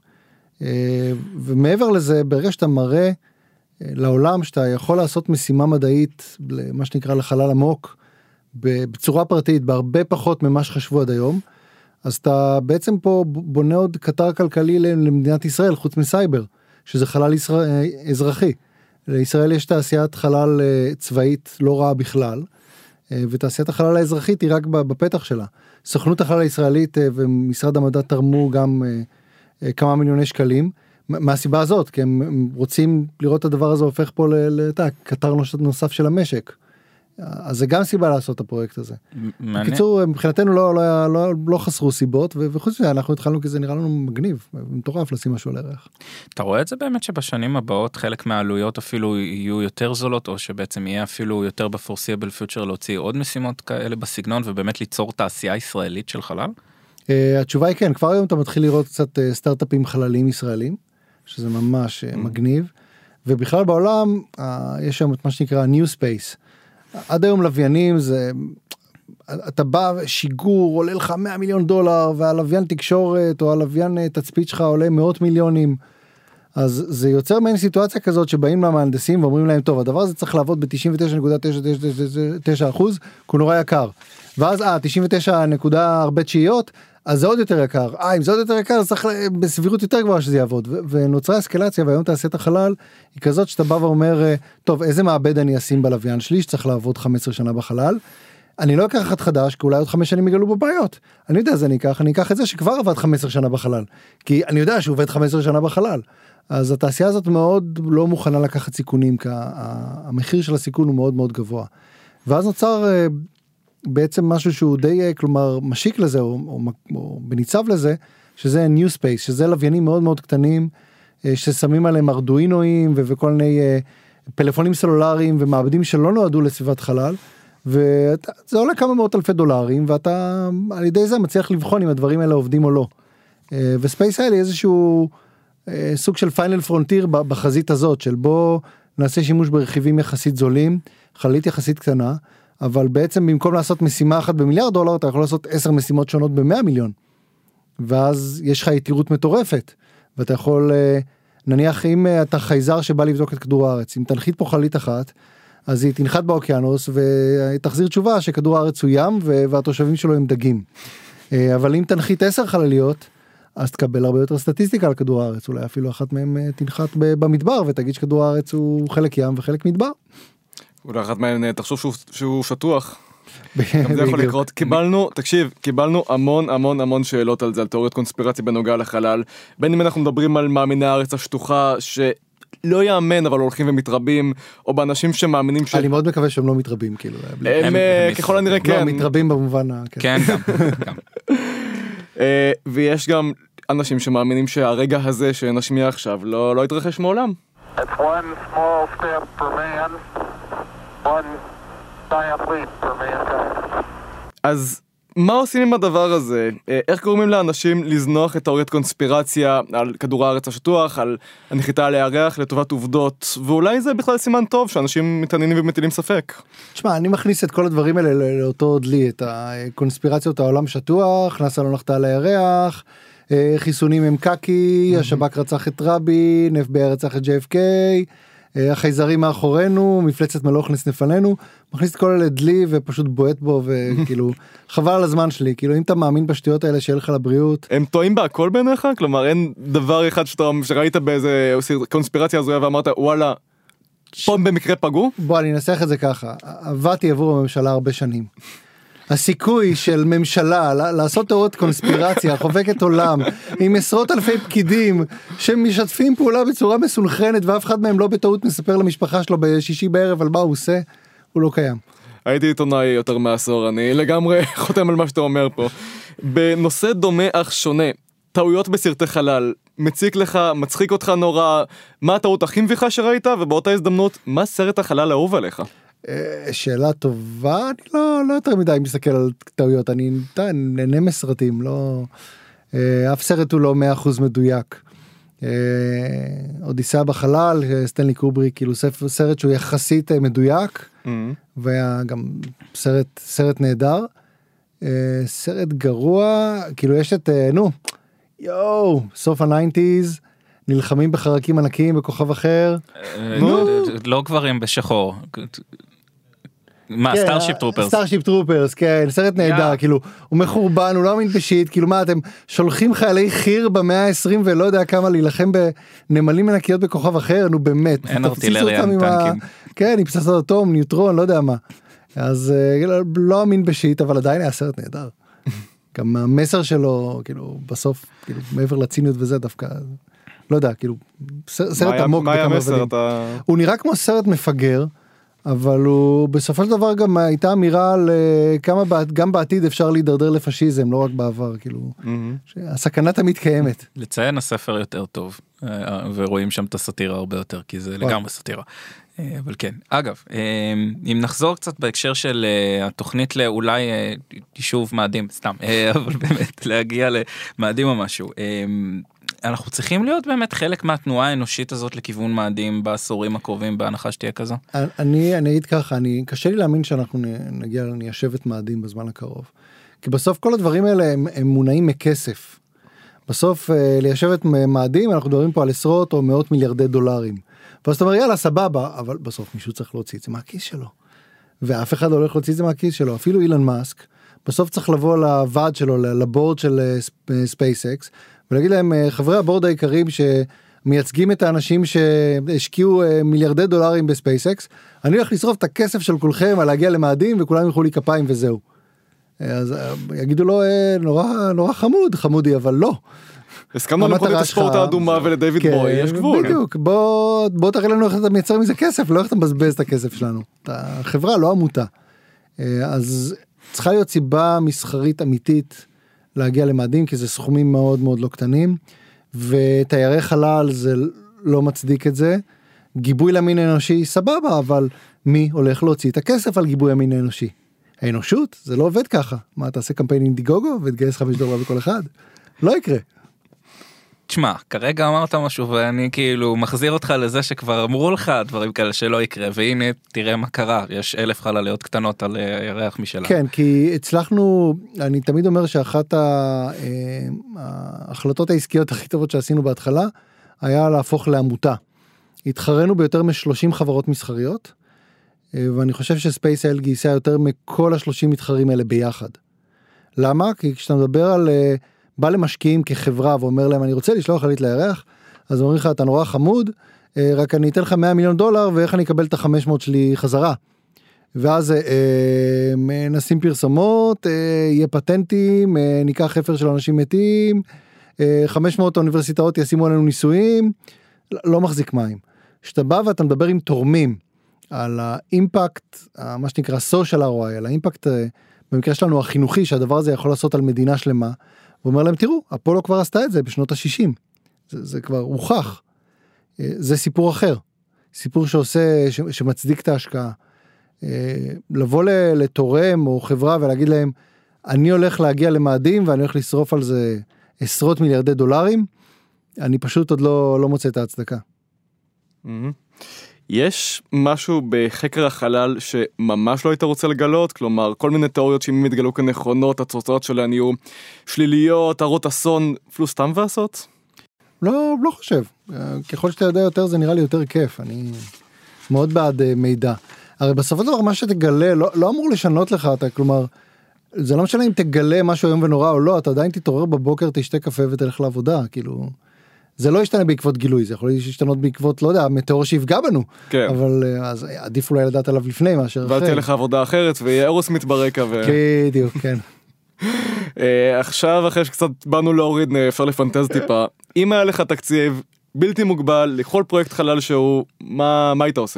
ומעבר לזה, ברגע שאתה מראה לעולם שאתה יכול לעשות משימה מדעית, מה שנקרא לחלל עמוק, בצורה פרטית, בהרבה פחות ממה שחשבו עד היום, אז אתה בעצם פה בונה עוד קטר כלכלי למדינת ישראל, חוץ מסייבר, שזה חלל ישראל, אזרחי. לישראל יש תעשיית חלל צבאית לא רעה בכלל, ותעשיית החלל האזרחית היא רק בפתח שלה. סוכנות החלל הישראלית ומשרד המדע תרמו גם כמה מיליוני שקלים, מהסיבה הזאת, כי הם רוצים לראות את הדבר הזה הופך פה לקטר נוסף של המשק. אז זה גם סיבה לעשות את הפרויקט הזה. בקיצור, מבחינתנו לא, לא, לא, לא חסרו סיבות, וחוץ מזה אנחנו התחלנו כי זה נראה לנו מגניב, מטורף לשים משהו על ערך. אתה רואה את זה באמת שבשנים הבאות חלק מהעלויות אפילו יהיו יותר זולות, או שבעצם יהיה אפילו יותר בפורסיבל פיוטר להוציא עוד משימות כאלה בסגנון, ובאמת ליצור תעשייה ישראלית של חלל? התשובה היא כן, כבר היום אתה מתחיל לראות קצת סטארט-אפים חלליים ישראלים, שזה ממש מגניב, ובכלל בעולם יש שם את מה שנקרא New Space, עד היום לוויינים זה, אתה בא, שיגור, עולה לך מאה מיליון דולר, והלוויין תקשורת, או הלוויין תצפית שלך עולה מאות מיליונים, אז זה יוצר מעין סיטואציה כזאת, שבאים למהנדסים ואומרים להם, טוב, הדבר הזה צריך לעבוד ב-תשעים ותשע נקודה תשע תשע תשע אחוז, כי הוא נורא יקר. ואז, אה, תשעים ותשע נקודה הרבה תשיעיות, אז זה עוד יותר יקר, אה, אם זה עוד יותר יקר, אז צריך בסבירות יותר גבוהה שזה יעבוד, ו- ונוצרה אסקלציה, והיום תעשיית החלל, היא כזאת שאתה בא ואומר, טוב, איזה מעבד אני אשים בלוויין שלי, שצריך לעבוד חמש עשרה שנה בחלל, אני לא אקח אחד חדש, כי אולי עוד חמש שנים יגלו בבעיות, אני יודע, אז אני אקח, אני אקח את זה שכבר עבד חמש עשרה שנה בחלל, כי אני יודע שהוא עובד חמש עשרה שנה בחלל, אז התעשייה הזאת מאוד לא מוכנה לקחת סיכונים, כי המחיר של הסיכון הוא מאוד מאוד גבוה, ואז נוצר בעצם משהו שהוא די, כלומר, משיק לזה, או, או, או בניצב לזה, שזה New Space, שזה לוויינים מאוד מאוד קטנים, ששמים עליהם ארדואינואים, ו- וכל מיני פלאפונים סלולריים, ומעבדים שלא נועדו לסביבת חלל, וזה עולה כמה מאות אלפי דולרים, ואתה על ידי זה מצליח לבחון אם הדברים האלה עובדים או לא. וספייס האלה איזשהו סוג של פיינל פרונטיר בחזית הזאת, של בוא נעשה שימוש ברכיבים יחסית זולים, חללית יחסית קטנה, אבל בעצם במקום לעשות משימה אחת במיליארד דולר, אתה יכול לעשות עשר משימות שונות במאה מיליון. ואז יש לך יתירות מטורפת, ואתה יכול, נניח אם אתה חייזר שבא לבדוק את כדור הארץ, אם תנחית פה חללית אחת, אז היא תנחת באוקיינוס, ותחזיר תשובה שכדור הארץ הוא ים, והתושבים שלו הם דגים. אבל אם תנחית עשר חלליות, אז תקבל הרבה יותר סטטיסטיקה על כדור הארץ, אולי אפילו אחת מהם תנחת במדבר, ותגיד שכדור הארץ הוא חלק ים וחלק מדבר. אולי אחת מהן תחשוב שהוא, שהוא שטוח. גם זה יכול לקרות. קיבלנו, תקשיב, קיבלנו המון המון המון שאלות על זה, על תיאוריות קונספירציה בנוגע לחלל, בין אם אנחנו מדברים על מאמיני הארץ השטוחה, שלא יאמן אבל הולכים ומתרבים, או באנשים שמאמינים ש... אני מאוד מקווה שהם לא מתרבים, כאילו. הם ככל הנראה כן. לא, מתרבים במובן... כן, גם. ויש גם אנשים שמאמינים שהרגע הזה שנשמיע עכשיו לא יתרחש מעולם. It's one small step for man, one giant leap for mankind. אז מה עושים עם הדבר הזה? איך גורמים לאנשים לזנוח את תיאוריית קונספירציה על כדור הארץ השטוח, על הנחיתה על הירח לטובת עובדות, ואולי זה בכלל סימן טוב שאנשים מתעניינים ומטילים ספק. תשמע, אני מכניס את כל הדברים האלה לאותו דלי, את הקונספירציות העולם שטוח, נאס"א לא נחתה על הירח, חיסונים הם קקי, השב"כ רצח את רבין, אף בי איי רצח את ג'יי אף קיי, החייזרים מאחורינו, מפלצת מלוכנס לפנינו, מכניס את כל אלה דלי ופשוט בועט בו, וכאילו, חבל על הזמן שלי, כאילו אם אתה מאמין בשטויות האלה שיהיה לך לבריאות. הם טועים בהכל בעיניך? כלומר, אין דבר אחד שאתה, שראית באיזה קונספירציה הזויה ואמרת, וואלה, פה במקרה פגעו? בוא, אני אנסח את זה ככה, עבדתי עבור הממשלה הרבה שנים. הסיכוי של ממשלה לעשות תיאוריות קונספירציה חובקת עולם עם עשרות אלפי פקידים שמשתפים פעולה בצורה מסונכרנת ואף אחד מהם לא בטעות מספר למשפחה שלו בשישי בערב על מה הוא עושה, הוא לא קיים. הייתי עיתונאי יותר מעשור, אני לגמרי חותם על מה שאתה אומר פה. בנושא דומה אך שונה, טעויות בסרטי חלל, מציק לך, מצחיק אותך נורא, מה הטעות הכי מביכה שראית, ובאותה הזדמנות, מה סרט החלל האהוב עליך? שאלה טובה, אני לא, לא יותר מדי מסתכל על טעויות, אני נהנה מסרטים, לא, אף סרט הוא לא מאה אחוז מדויק. אודיסאה בחלל, סטנלי קובריק, כאילו סרט שהוא יחסית מדויק, והיה גם סרט, סרט נהדר. סרט גרוע, כאילו יש את, נו, יואו, סוף הניינטיז, נלחמים בחרקים ענקיים בכוכב אחר. לא גברים בשחור. מה, סטארשיפ טרופרס? סטארשיפ טרופרס, כן, סרט נהדר, כאילו, הוא מחורבן, הוא לא אמין בשיט, כאילו מה, אתם שולחים חיילי חיר במאה ה-עשרים ולא יודע כמה להילחם בנמלים ענקיות בכוכב אחר, נו באמת. אין ארטילריה, טנקים. כן, עם פצצות אטום, ניוטרון, לא יודע מה. אז לא אמין בשיט, אבל עדיין היה סרט נהדר. גם המסר שלו, כאילו, בסוף, כאילו, מעבר לציניות וזה דווקא... לא יודע, כאילו, סרט עמוק בכמה רבדים. הוא נראה כמו סרט מפגר, אבל הוא בסופו של דבר גם הייתה אמירה על כמה גם בעתיד אפשר להידרדר לפשיזם, לא רק בעבר, כאילו, הסכנה תמיד קיימת. לציין הספר יותר טוב, ורואים שם את הסאטירה הרבה יותר, כי זה לגמרי סאטירה. אבל כן, אגב, אם נחזור קצת בהקשר של התוכנית לאולי יישוב מאדים, סתם, אבל באמת להגיע למאדים או משהו, אנחנו צריכים להיות באמת חלק מהתנועה האנושית הזאת לכיוון מאדים בעשורים הקרובים, בהנחה שתהיה כזו? אני, אני אגיד ככה, אני, קשה לי להאמין שאנחנו נגיע, ניישב את מאדים בזמן הקרוב. כי בסוף כל הדברים האלה הם, הם מונעים מכסף. בסוף ליישב את מאדים, אנחנו מדברים פה על עשרות או מאות מיליארדי דולרים. ואז אתה אומר, יאללה, סבבה, אבל בסוף מישהו צריך להוציא את זה מהכיס שלו. ואף אחד לא הולך להוציא את זה מהכיס שלו. אפילו אילון מאסק, בסוף צריך לבוא לוועד שלו, לבורד של SpaceX, ולהגיד להם, חברי הבורד העיקריים שמייצגים את האנשים שהשקיעו מיליארדי דולרים בספייסקס, אני הולך לשרוף את הכסף של כולכם על להגיע למאדים, וכולם ילכו לי כפיים וזהו. אז יגידו לו, נורא, נורא חמוד, חמודי, אבל לא. הסכמנו למכות את הספורט האדומה ולדיוויד בוי, יש גבול. בדיוק, בוא תראה לנו איך אתה מייצר מזה כסף, לא איך אתה מבזבז את הכסף שלנו. החברה לא עמותה. אז צריכה להיות סיבה מסחרית אמיתית להגיע למאדים, כי זה סכומים מאוד מאוד לא קטנים, ותיירי חלל זה לא מצדיק את זה. גיבוי למין האנושי סבבה, אבל מי הולך להוציא את הכסף על גיבוי המין האנושי? האנושות? זה לא עובד ככה. מה, תעשה קמפיין אינדיגוגו ותגייס חמש דולר בכל אחד? לא יקרה. תשמע, כרגע אמרת משהו ואני כאילו מחזיר אותך לזה שכבר אמרו לך דברים כאלה שלא יקרה, והנה תראה מה קרה, יש אלף חלליות קטנות על ירח משלה. כן, כי הצלחנו, אני תמיד אומר שאחת ההחלטות העסקיות הכי טובות שעשינו בהתחלה, היה להפוך לעמותה. התחרנו ביותר מ-שלושים חברות מסחריות, ואני חושב שספייס-אל גייסה יותר מכל ה-שלושים מתחרים האלה ביחד. למה? כי כשאתה מדבר על... בא למשקיעים כחברה ואומר להם, אני רוצה לשלוח חללית לירח, אז אומרים לך, אתה נורא חמוד, רק אני אתן לך מאה מיליון דולר, ואיך אני אקבל את ה-חמש מאות שלי חזרה. ואז אה, נשים פרסומות, אה, יהיה פטנטים, אה, ניקח חפר של אנשים מתים, אה, חמש מאות האוניברסיטאות ישימו עלינו ניסויים, לא מחזיק מים. כשאתה בא ואתה מדבר עם תורמים, על האימפקט, מה שנקרא social אר או איי, על האימפקט, במקרה שלנו החינוכי, שהדבר הזה יכול לעשות על מדינה שלמה, ואומר להם, תראו, אפולו כבר עשתה את זה בשנות ה-שישים. זה, זה כבר הוכח. זה סיפור אחר. סיפור שעושה, ש, שמצדיק את ההשקעה. לבוא לתורם או חברה ולהגיד להם, אני הולך להגיע למאדים, ואני הולך לשרוף על זה עשרות מיליארדי דולרים, אני פשוט עוד לא, לא מוצא את ההצדקה. יש משהו בחקר החלל שממש לא היית רוצה לגלות? כלומר, כל מיני תיאוריות שאם יתגלו כנכונות, התוצאות שלהן יהיו שליליות, הרות אסון, אפילו סתם ועשות? לא, לא חושב. ככל שאתה יודע יותר, זה נראה לי יותר כיף. אני מאוד בעד מידע. הרי בסופו של דבר, מה שתגלה, לא, לא אמור לשנות לך, אתה, כלומר, זה לא משנה אם תגלה משהו היום ונורא או לא, אתה עדיין תתעורר בבוקר, תשתה קפה ותלך לעבודה, כאילו... זה לא ישתנה בעקבות גילוי, זה יכול להשתנות בעקבות, לא יודע, מטאור שיפגע בנו. כן. אבל אז עדיף אולי לדעת עליו לפני מאשר אחרי. ואז תהיה לך עבודה אחרת, ויהיה אירוסמית ברקע. ו... בדיוק, כן. עכשיו, אחרי שקצת באנו להוריד, אפשר לפנטז טיפה. אם היה לך תקציב בלתי מוגבל, לכל פרויקט חלל שהוא, מה, מה היית עושה?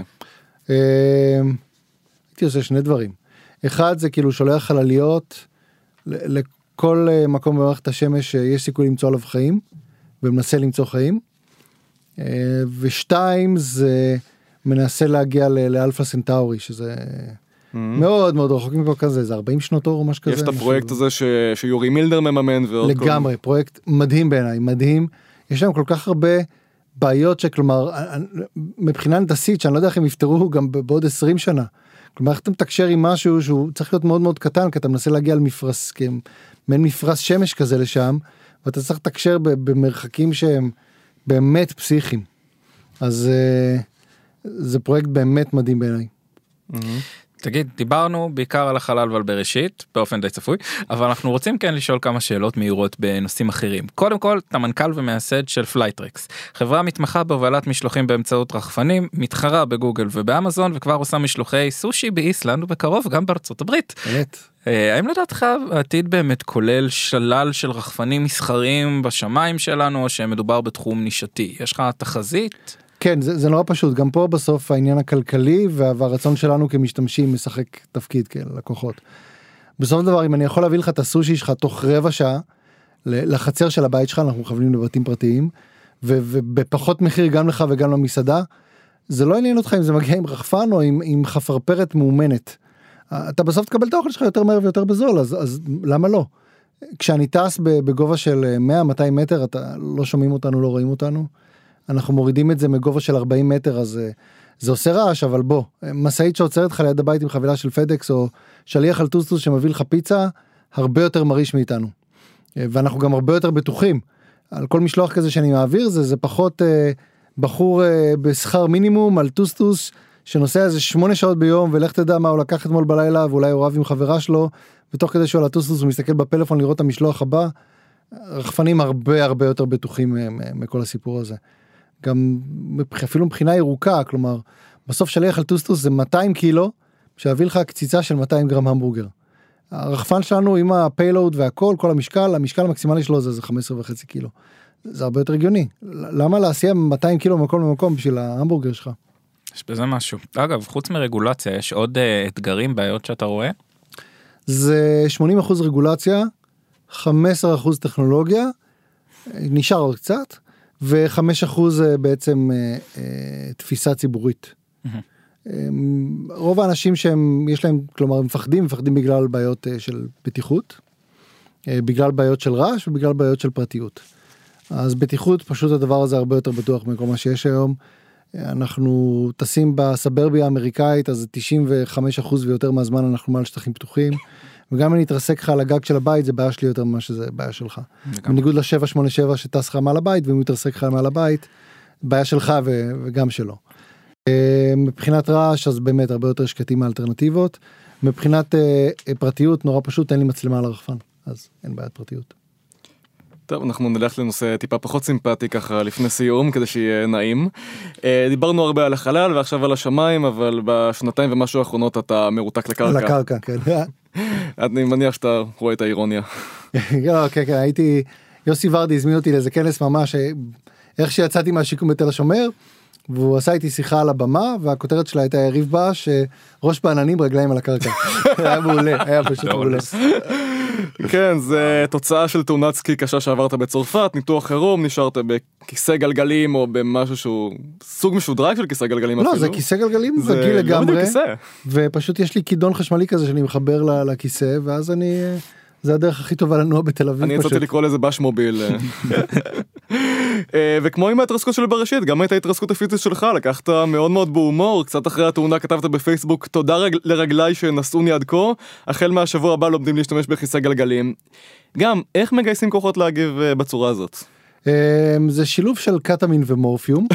הייתי עושה שני דברים. אחד, זה כאילו שולח חלליות, לכל מקום במערכת השמש, יש סיכוי למצוא עליו חיים. ומנסה למצוא חיים, ושתיים זה מנסה להגיע לאלפא סנטאורי, שזה מאוד מאוד רחוק מפה כזה, זה ארבעים שנות אור או משהו כזה. יש את הפרויקט הזה שיורי מילדר מממן. לגמרי, פרויקט מדהים בעיניי, מדהים, יש להם כל כך הרבה בעיות שכלומר, מבחינה הנדסית, שאני לא יודע איך הם יפתרו גם בעוד עשרים שנה, כלומר איך אתה מתקשר עם משהו שהוא צריך להיות מאוד מאוד קטן, כי אתה מנסה להגיע למפרס, מעין מפרס שמש כזה לשם, ואתה צריך לתקשר במרחקים שהם באמת פסיכיים. אז זה פרויקט באמת מדהים בעיניי. תגיד, דיברנו בעיקר על החלל ועל בראשית, באופן די צפוי, אבל אנחנו רוצים כן לשאול כמה שאלות מהירות בנושאים אחרים. קודם כל, אתה מנכ"ל ומייסד של פלייטרקס, חברה מתמחה בהובלת משלוחים באמצעות רחפנים, מתחרה בגוגל ובאמזון, וכבר עושה משלוחי סושי באיסלנד, ובקרוב גם בארצות הברית. באמת. האם לדעתך העתיד באמת כולל שלל של רחפנים מסחריים בשמיים שלנו, או שמדובר בתחום נישתי? יש לך תחזית? כן, זה, זה נורא פשוט, גם פה בסוף העניין הכלכלי והרצון שלנו כמשתמשים משחק תפקיד כלקוחות. בסוף הדבר, אם אני יכול להביא לך את הסושי שלך תוך רבע שעה, לחצר של הבית שלך, אנחנו מכוונים לבתים פרטיים, ובפחות מחיר גם לך וגם למסעדה, זה לא עניין אותך אם זה מגיע עם רחפן או עם, עם חפרפרת מאומנת. אתה בסוף תקבל את האוכל שלך יותר מהר ויותר בזול, אז, אז למה לא? כשאני טס בגובה של מאה מאתיים מטר, אתה לא שומעים אותנו, לא רואים אותנו, אנחנו מורידים את זה מגובה של ארבעים מטר, אז זה עושה רעש, אבל בוא, מסעית שעוצרת לך ליד הבית עם חבילה של פדקס, או שליח על טוסטוס שמביא לך פיצה, הרבה יותר מריש מאיתנו. ואנחנו גם הרבה יותר בטוחים. על כל משלוח כזה שאני מעביר, זה, זה פחות אה, בחור אה, בשכר מינימום על טוסטוס, שנוסע איזה שמונה שעות ביום, ולך תדע מה הוא לקח אתמול בלילה, ואולי הוא רב עם חברה שלו, ותוך כדי שהוא על הטוסטוס הוא מסתכל בפלאפון לראות את המשלוח הבא, רחפנים הרבה הרבה יותר בטוחים מכל הסיפור הזה. גם אפילו מבחינה ירוקה, כלומר, בסוף שליח על טוסטוס זה מאתיים קילו, שהביא לך קציצה של מאתיים גרם המבורגר. הרחפן שלנו עם הפיילוד והכל, כל המשקל, המשקל המקסימלי שלו זה חמש עשרה וחצי קילו. זה הרבה יותר הגיוני. למה להסיע מאתיים קילו ממקום למקום בשביל ההמבורגר שלך? יש בזה משהו. אגב, חוץ מרגולציה, יש עוד uh, אתגרים, בעיות שאתה רואה? זה שמונים אחוז רגולציה, חמישה עשר אחוז טכנולוגיה, נשאר עוד קצת, ו-חמישה אחוז בעצם uh, uh, תפיסה ציבורית. Mm-hmm. רוב האנשים שהם, יש להם, כלומר, מפחדים, מפחדים בגלל בעיות uh, של בטיחות, uh, בגלל בעיות של רעש, ובגלל בעיות של פרטיות. אז בטיחות, פשוט הדבר הזה הרבה יותר בטוח מכל מה שיש היום. אנחנו טסים בסברביה האמריקאית, אז תשעים וחמישה אחוז ויותר מהזמן אנחנו מעל שטחים פתוחים, וגם אם נתרסק לך על הגג של הבית, זה בעיה שלי יותר ממה שזה בעיה שלך. בניגוד ל-שבע שמונה שבע שטס לך מעל הבית, ואם הוא יתרסק לך מעל הבית, בעיה שלך ו- וגם שלו. מבחינת רעש, אז באמת הרבה יותר שקטים מהאלטרנטיבות. מבחינת פרטיות, נורא פשוט, אין לי מצלמה על הרחפן, אז אין בעיית פרטיות. טוב, אנחנו נלך לנושא טיפה פחות סימפטי ככה לפני סיום, כדי שיהיה נעים. דיברנו הרבה על החלל ועכשיו על השמיים, אבל בשנתיים ומשהו האחרונות אתה מרותק לקרקע. על הקרקע, כן. אני מניח שאתה רואה את האירוניה. כן, כן, הייתי, יוסי ורדי הזמין אותי לאיזה כנס ממש, איך שיצאתי מהשיקום בתל השומר, והוא עשה איתי שיחה על הבמה, והכותרת שלה הייתה יריב באש, ראש בעננים, רגליים על הקרקע. היה מעולה, היה פשוט מעולה. כן, זה תוצאה של תאונת סקי קשה שעברת בצרפת, ניתוח חירום, נשארת בכיסא גלגלים או במשהו שהוא סוג משודרג של כיסא גלגלים אפילו. לא, זה כיסא גלגלים רגיל לגמרי, כיסא. ופשוט יש לי כידון חשמלי כזה שאני מחבר לכיסא, ואז אני, זה הדרך הכי טובה לנוע בתל אביב. אני יצאתי לקרוא לזה בש מוביל. וכמו עם ההתרסקות של בראשית, גם הייתה ההתרסקות הפיזית שלך, לקחת מאוד מאוד בהומור, קצת אחרי התאונה כתבת בפייסבוק, תודה לרגליי שנשאוני עד כה, החל מהשבוע הבא לומדים להשתמש בכיסא גלגלים. גם, איך מגייסים כוחות להגיב בצורה הזאת? זה שילוב של קטמין ומורפיום.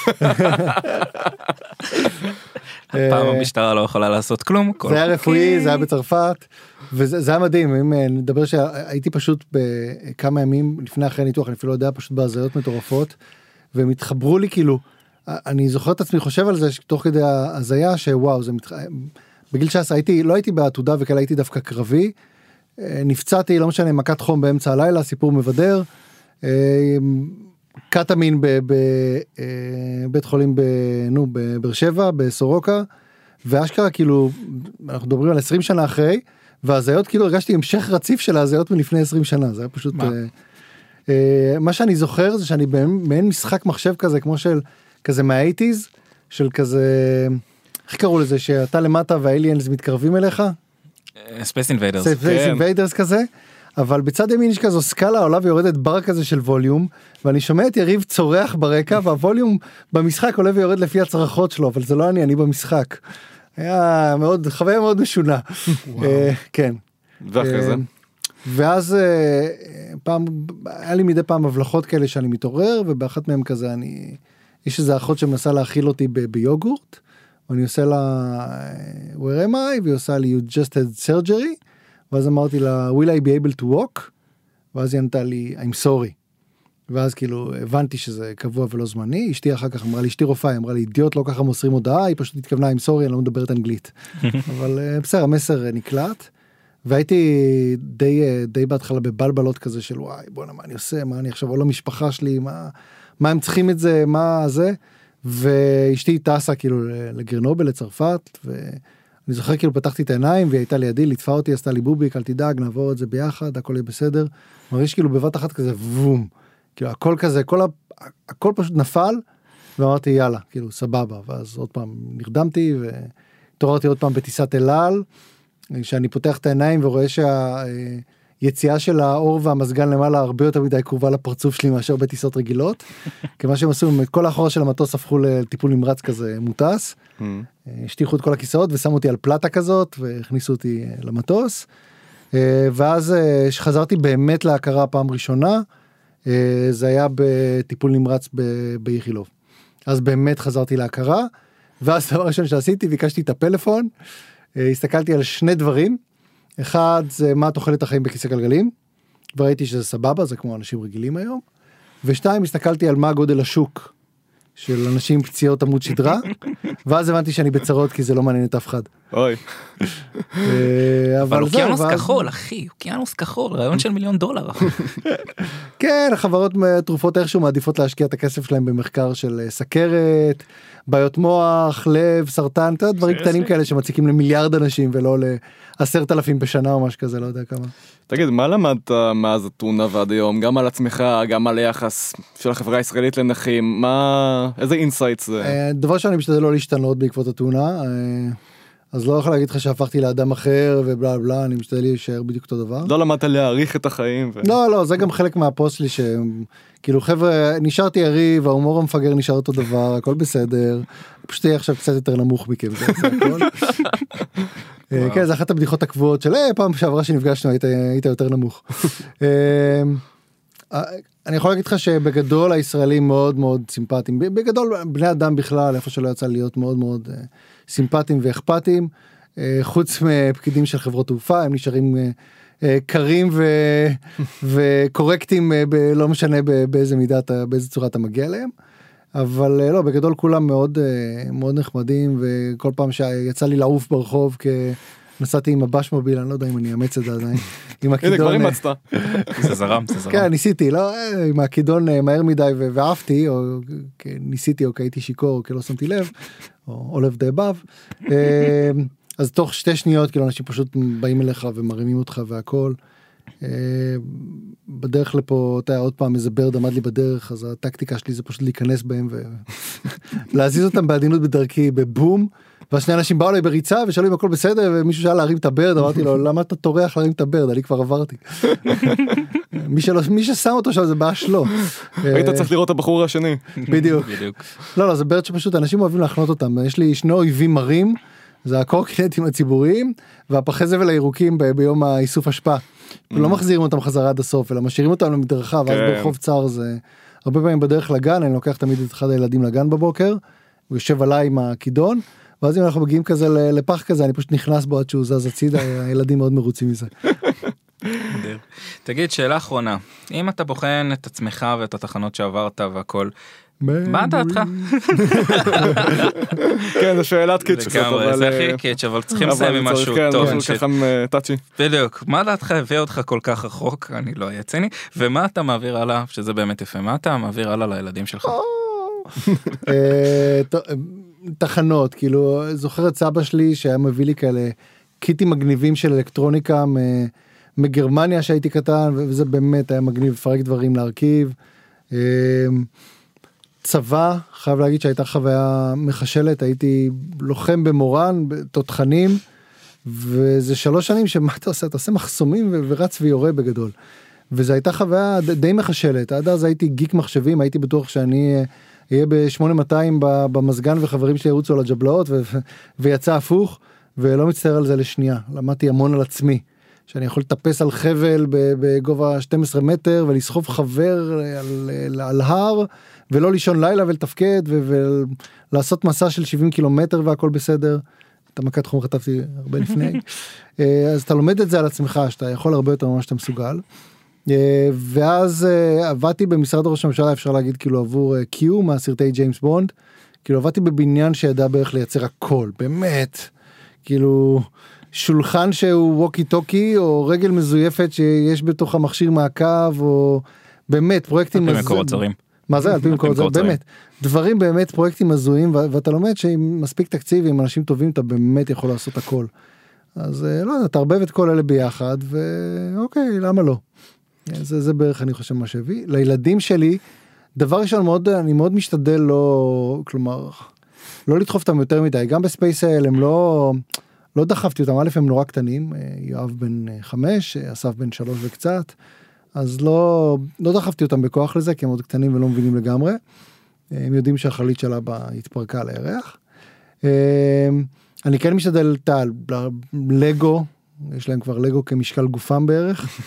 פעם המשטרה לא יכולה לעשות כלום. זה היה רפואי, זה היה בצרפת, וזה היה מדהים, אם נדבר שהייתי פשוט בכמה ימים לפני אחרי ניתוח, אני אפילו לא יודע, פשוט בהזיות מטורפות, והם התחברו לי כאילו, אני זוכר את עצמי חושב על זה, תוך כדי ההזיה, שוואו, זה בגיל שעשה, לא הייתי בעתודה וכאלה, הייתי דווקא קרבי, נפצעתי, לא משנה, מכת חום באמצע הלילה, סיפור מבדר, קטמין בבית חולים נו בבאר שבע בסורוקה, ואשכרה כאילו אנחנו מדברים על עשרים שנה אחרי, והזיות כאילו הרגשתי המשך רציף של ההזיות מלפני עשרים שנה. זה היה פשוט מה שאני זוכר זה שאני מעין משחק מחשב כזה כמו של כזה מה-שמונים של כזה, איך קראו לזה, שאתה למטה והאליאנס מתקרבים אליך, ספייס אינביידרס, ספייס אינביידרס כזה, אבל בצד ימין יש כזו סקאלה עולה ויורדת בר כזה של ווליום, ואני שומע את יריב צורח ברקע, והווליום במשחק עולה ויורד לפי הצרחות שלו, אבל זה לא אני, אני במשחק. היה מאוד, חוויה מאוד משונה. כן. ואחרי זה? ואז פעם, היה לי מדי פעם הבלחות כאלה שאני מתעורר, ובאחת מהם כזה אני, יש איזו אחות שמנסה להאכיל אותי ביוגורט, ואני עושה לה, where am I? והיא עושה לי, you just had surgery, ואז אמרתי לה, will I be able to walk? ואז היא ענתה לי, I'm sorry. ואז כאילו הבנתי שזה קבוע ולא זמני, אשתי אחר כך אמרה לי, אשתי רופאה, היא אמרה לי, אידיוט, לא ככה מוסרים הודעה, היא פשוט התכוונה, I'm sorry, אני לא מדברת אנגלית. אבל בסדר, המסר נקלט, והייתי די, די בהתחלה בבלבלות כזה של, וואי, בוא'נה, מה אני עושה? מה אני עכשיו, או למשפחה שלי, מה, מה הם צריכים את זה, מה זה? ואשתי טסה כאילו לגרנובל, לצרפת, ו... אני זוכר כאילו פתחתי את העיניים והיא הייתה לידי, ליטפה אותי, עשתה לי בוביק, אל תדאג, נעבור את זה ביחד, הכל יהיה בסדר. מרגיש כאילו בבת אחת כזה וום, כאילו הכל כזה, כל ה... הכל פשוט נפל, ואמרתי יאללה, כאילו סבבה, ואז עוד פעם נרדמתי והתעוררתי עוד פעם בטיסת אל על, כשאני פותח את העיניים ורואה שהיציאה של האור והמזגן למעלה הרבה יותר מדי קרובה לפרצוף שלי מאשר בטיסות רגילות, כמה שהם עשו, את כל האחורה של המטוס הפכו לטיפול נמרץ כזה מוטס, השטיחו את כל הכיסאות ושמו אותי על פלטה כזאת והכניסו אותי למטוס, ואז שחזרתי באמת להכרה פעם ראשונה, זה היה בטיפול נמרץ באיכילוב, אז באמת חזרתי להכרה, ואז דבר ראשון שעשיתי, ביקשתי את הפלאפון, הסתכלתי על שני דברים, אחד זה מה תוחלת החיים בכיסא גלגלים, וראיתי שזה סבבה, זה כמו אנשים רגילים היום, ושתיים, הסתכלתי על מה גודל השוק, של אנשים פציעות עמוד שדרה, ואז הבנתי שאני בצרות, כי זה לא מעניין את אף אחד. אוי. אבל אוקיינוס כחול, אחי, אוקיינוס כחול, רעיון של מיליון דולר. כן, החברות תרופות איכשהו מעדיפות להשקיע את הכסף שלהם במחקר של סכרת, בעיות מוח, לב, סרטן, דברים קטנים כאלה שמציקים למיליארד אנשים, ולא לעשרת אלפים בשנה או משהו כזה, לא יודע כמה. תגיד, מה למדת מאז התאונה ועד היום? גם על עצמך, גם על היחס של החברה הישראלית לנכים, מה, איזה אינסייטס זה? דבר שאני משתדל לא להשתנות בעקבות התאונה, אז לא יכול להגיד לך שהפכתי לאדם אחר ובלה בלה, אני משתדל להישאר בדיוק אותו דבר. לא למדת להעריך את החיים. ו... לא, לא, זה גם חלק מהפוסט שלי, שכאילו חבר'ה, נשארתי יריב, ההומור המפגר נשאר אותו דבר, הכל בסדר, פשוט יהיה עכשיו קצת יותר נמוך מכם, זה הכל. כן, זה אחת הבדיחות הקבועות של, פעם שעברה שנפגשנו, היית יותר נמוך. אני יכול להגיד לך שבגדול הישראלים מאוד מאוד סימפטיים, בגדול בני אדם בכלל, איפה שלא יצא להיות מאוד מאוד סימפטיים ואכפתיים, חוץ מפקידים של חברות תעופה, הם נשארים קרים וקורקטים, לא משנה באיזה מידה, באיזה צורה אתה מגיע אליהם, אבל לא, בגדול כולם מאוד מאוד נחמדים, וכל פעם שיצא לי לעוף ברחוב כ... נסעתי עם הבש מוביל, אני לא יודע אם אני אאמץ את זה עדיין. הנה, כבר אימצת. זה זרם, זה זרם. כן, ניסיתי, לא, עם הכידון מהר מדי ועפתי, או ניסיתי, או כי הייתי שיקור, או כי לא שמתי לב, או לב די בב. אז תוך שתי שניות, כאילו אנשים פשוט באים אליך ומרימים אותך והכל. בדרך לפה, אתה עוד פעם איזה ברד עמד לי בדרך, אז הטקטיקה שלי זה פשוט להיכנס בהם ולהזיז אותם בעדינות בדרכי, בבום. והשני אנשים באו לי בריצה ושאלו אם הכל בסדר, ומישהו שאל להרים את הברד, אמרתי לו, למה אתה טורח להרים את הברד? אני כבר עברתי. מי שלא, מי ששם אותו שם זה בעיה שלו. היית צריך לראות את הבחור השני. בדיוק. לא, לא, זה ברד שפשוט אנשים אוהבים להחנות אותם. יש לי שני אויבים מרים, זה הקורקינטים הציבוריים, והפחי זבל הירוקים ביום האיסוף אשפה. לא מחזירים אותם חזרה עד הסוף, אלא משאירים אותם למדרכה, ואז ברחוב צר זה... הרבה פעמים בדרך לגן, אני לוקח תמיד את אחד הילדים לגן בבוקר, הוא יושב עליי עם הכידון, ואז אם אנחנו מגיעים כזה לפח כזה, אני פשוט נכנס בו עד שהוא זז הצידה, הילדים מאוד מרוצים מזה. תגיד, שאלה אחרונה, אם אתה בוחן את עצמך ואת התחנות שעברת והכל, מה דעתך? כן, זו שאלת קיץ' קצת, אבל... זה הכי קיץ', אבל צריכים לסיים עם משהו טוב. טאצ'י. בדיוק, מה דעתך הביא אותך כל כך רחוק, אני לא אהיה ציני, ומה אתה מעביר הלאה, שזה באמת יפה, מה אתה מעביר הלאה לילדים שלך? תחנות, כאילו, זוכר את סבא שלי שהיה מביא לי כאלה קיטים מגניבים של אלקטרוניקה מגרמניה שהייתי קטן, וזה באמת היה מגניב, לפרק דברים להרכיב. צבא, חייב להגיד שהייתה חוויה מחשלת, הייתי לוחם במורן, תותחנים, וזה שלוש שנים שמה אתה עושה? אתה עושה מחסומים ורץ ויורה בגדול. וזו הייתה חוויה די מחשלת, עד אז הייתי גיק מחשבים, הייתי בטוח שאני אהיה ב-שמונה מאתיים במזגן וחברים שלי ירוצו על הג'בלאות, ויצא הפוך, ולא מצטער על זה לשנייה, למדתי המון על עצמי, שאני יכול לטפס על חבל בגובה שנים עשר מטר, ולסחוב חבר על, על הר, ולא לישון לילה ולתפקד, ולעשות מסע של שבעים קילומטר והכל בסדר. את המכת חום חטפתי הרבה לפני. אז אתה לומד את זה על עצמך, שאתה יכול הרבה יותר ממה שאתה מסוגל. ואז עבדתי במשרד ראש הממשלה, אפשר להגיד כאילו עבור קיו מהסרטי ג'יימס בונד, כאילו עבדתי בבניין שידע בערך לייצר הכל, באמת, כאילו שולחן שהוא ווקי טוקי, או רגל מזויפת שיש בתוך המכשיר מעקב, או באמת פרויקטים... על פי מקורות זרים. מה זה? על פי מקורות זרים, באמת. דברים באמת, פרויקטים מזויים, ואתה לומד שעם מספיק תקציב, עם אנשים טובים, אתה באמת יכול לעשות הכל. אז לא יודע, תערבב את כל אלה ביחד, ואוקיי, למה לא? זה, זה בערך אני חושב מה שהביא. לילדים שלי, דבר ראשון מאוד, אני מאוד משתדל לא, כלומר, לא לדחוף אותם יותר מדי. גם בספייסל הם לא, לא דחפתי אותם. א' הם נורא קטנים, יואב בן חמש, אסף בן שלוש וקצת, אז לא, לא דחפתי אותם בכוח לזה, כי הם עוד קטנים ולא מבינים לגמרי. הם יודעים שהחללית שלה התפרקה על הירח. אני כן משתדל טל, לגו, יש להם כבר לגו כמשקל גופם בערך,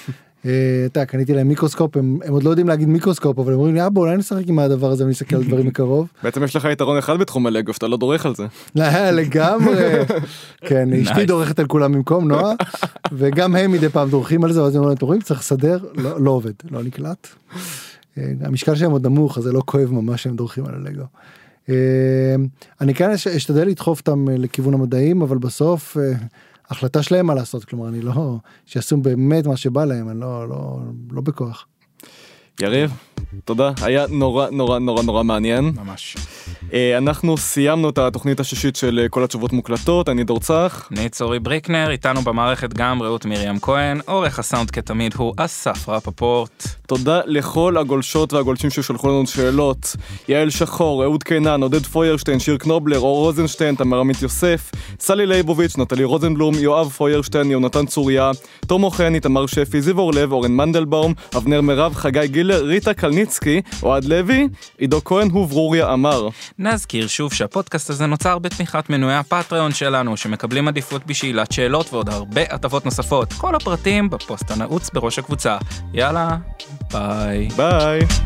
אתה, קניתי להם מיקרוסקופ, הם עוד לא יודעים להגיד מיקרוסקופ, אבל הם אומרים לי, אבא, אולי נשחק עם הדבר הזה, ואני אסתכל על דברים מקרוב. בעצם יש לך יתרון אחד בתחום הלגו, שאתה לא דורך על זה. לגמרי. כן, אשתי דורכת על כולם במקום, נועה, וגם הם מדי פעם דורכים על זה, ואז הם אומרים, תורים, צריך לסדר, לא עובד, לא נקלט. המשקל שלהם עוד נמוך, אז זה לא כואב ממש שהם דורכים על הלגו. אני כאן אשתדל לדחוף אותם לכיוון המדעים, אבל בסוף החלטה שלהם מה לעשות, כלומר אני לא, שיעשו באמת מה שבא להם, אני לא, לא, לא בכוח. יריב, תודה, היה נורא נורא נורא נורא מעניין. ממש. אנחנו סיימנו את התוכנית השישית של כל התשובות מוקלטות, אני דור צח. אני צורי בריקנר, איתנו במערכת גם רעות מרים כהן, עורך הסאונד כתמיד הוא אסף רפפורט. תודה לכל הגולשות והגולשים ששלחו לנו שאלות, יעל שחור, אהוד קינן, עודד פוירשטיין, שיר קנובלר, אור רוזנשטיין, תמר עמית יוסף, סלי ליבוביץ', נטלי רוזנבלום, יואב פוירשטיין, יונתן צוריה, תום אוחני, תמר שפי, זיו אורלב, אורן מנדלבאום, אבנר מירב, חגי גילר, ריטה קלניצקי, אוהד לוי, עידו כהן וברוריה אמר. נזכיר שוב שהפודקאסט הזה נוצר בתמיכת מנויי הפטריון שלנו, שמקבלים עדיפות בשאלת שאלות ועוד הרבה הטבות נוספות. כל הפרטים בפוסט הנעוץ בראש הקבוצה. יאללה, ביי. ביי.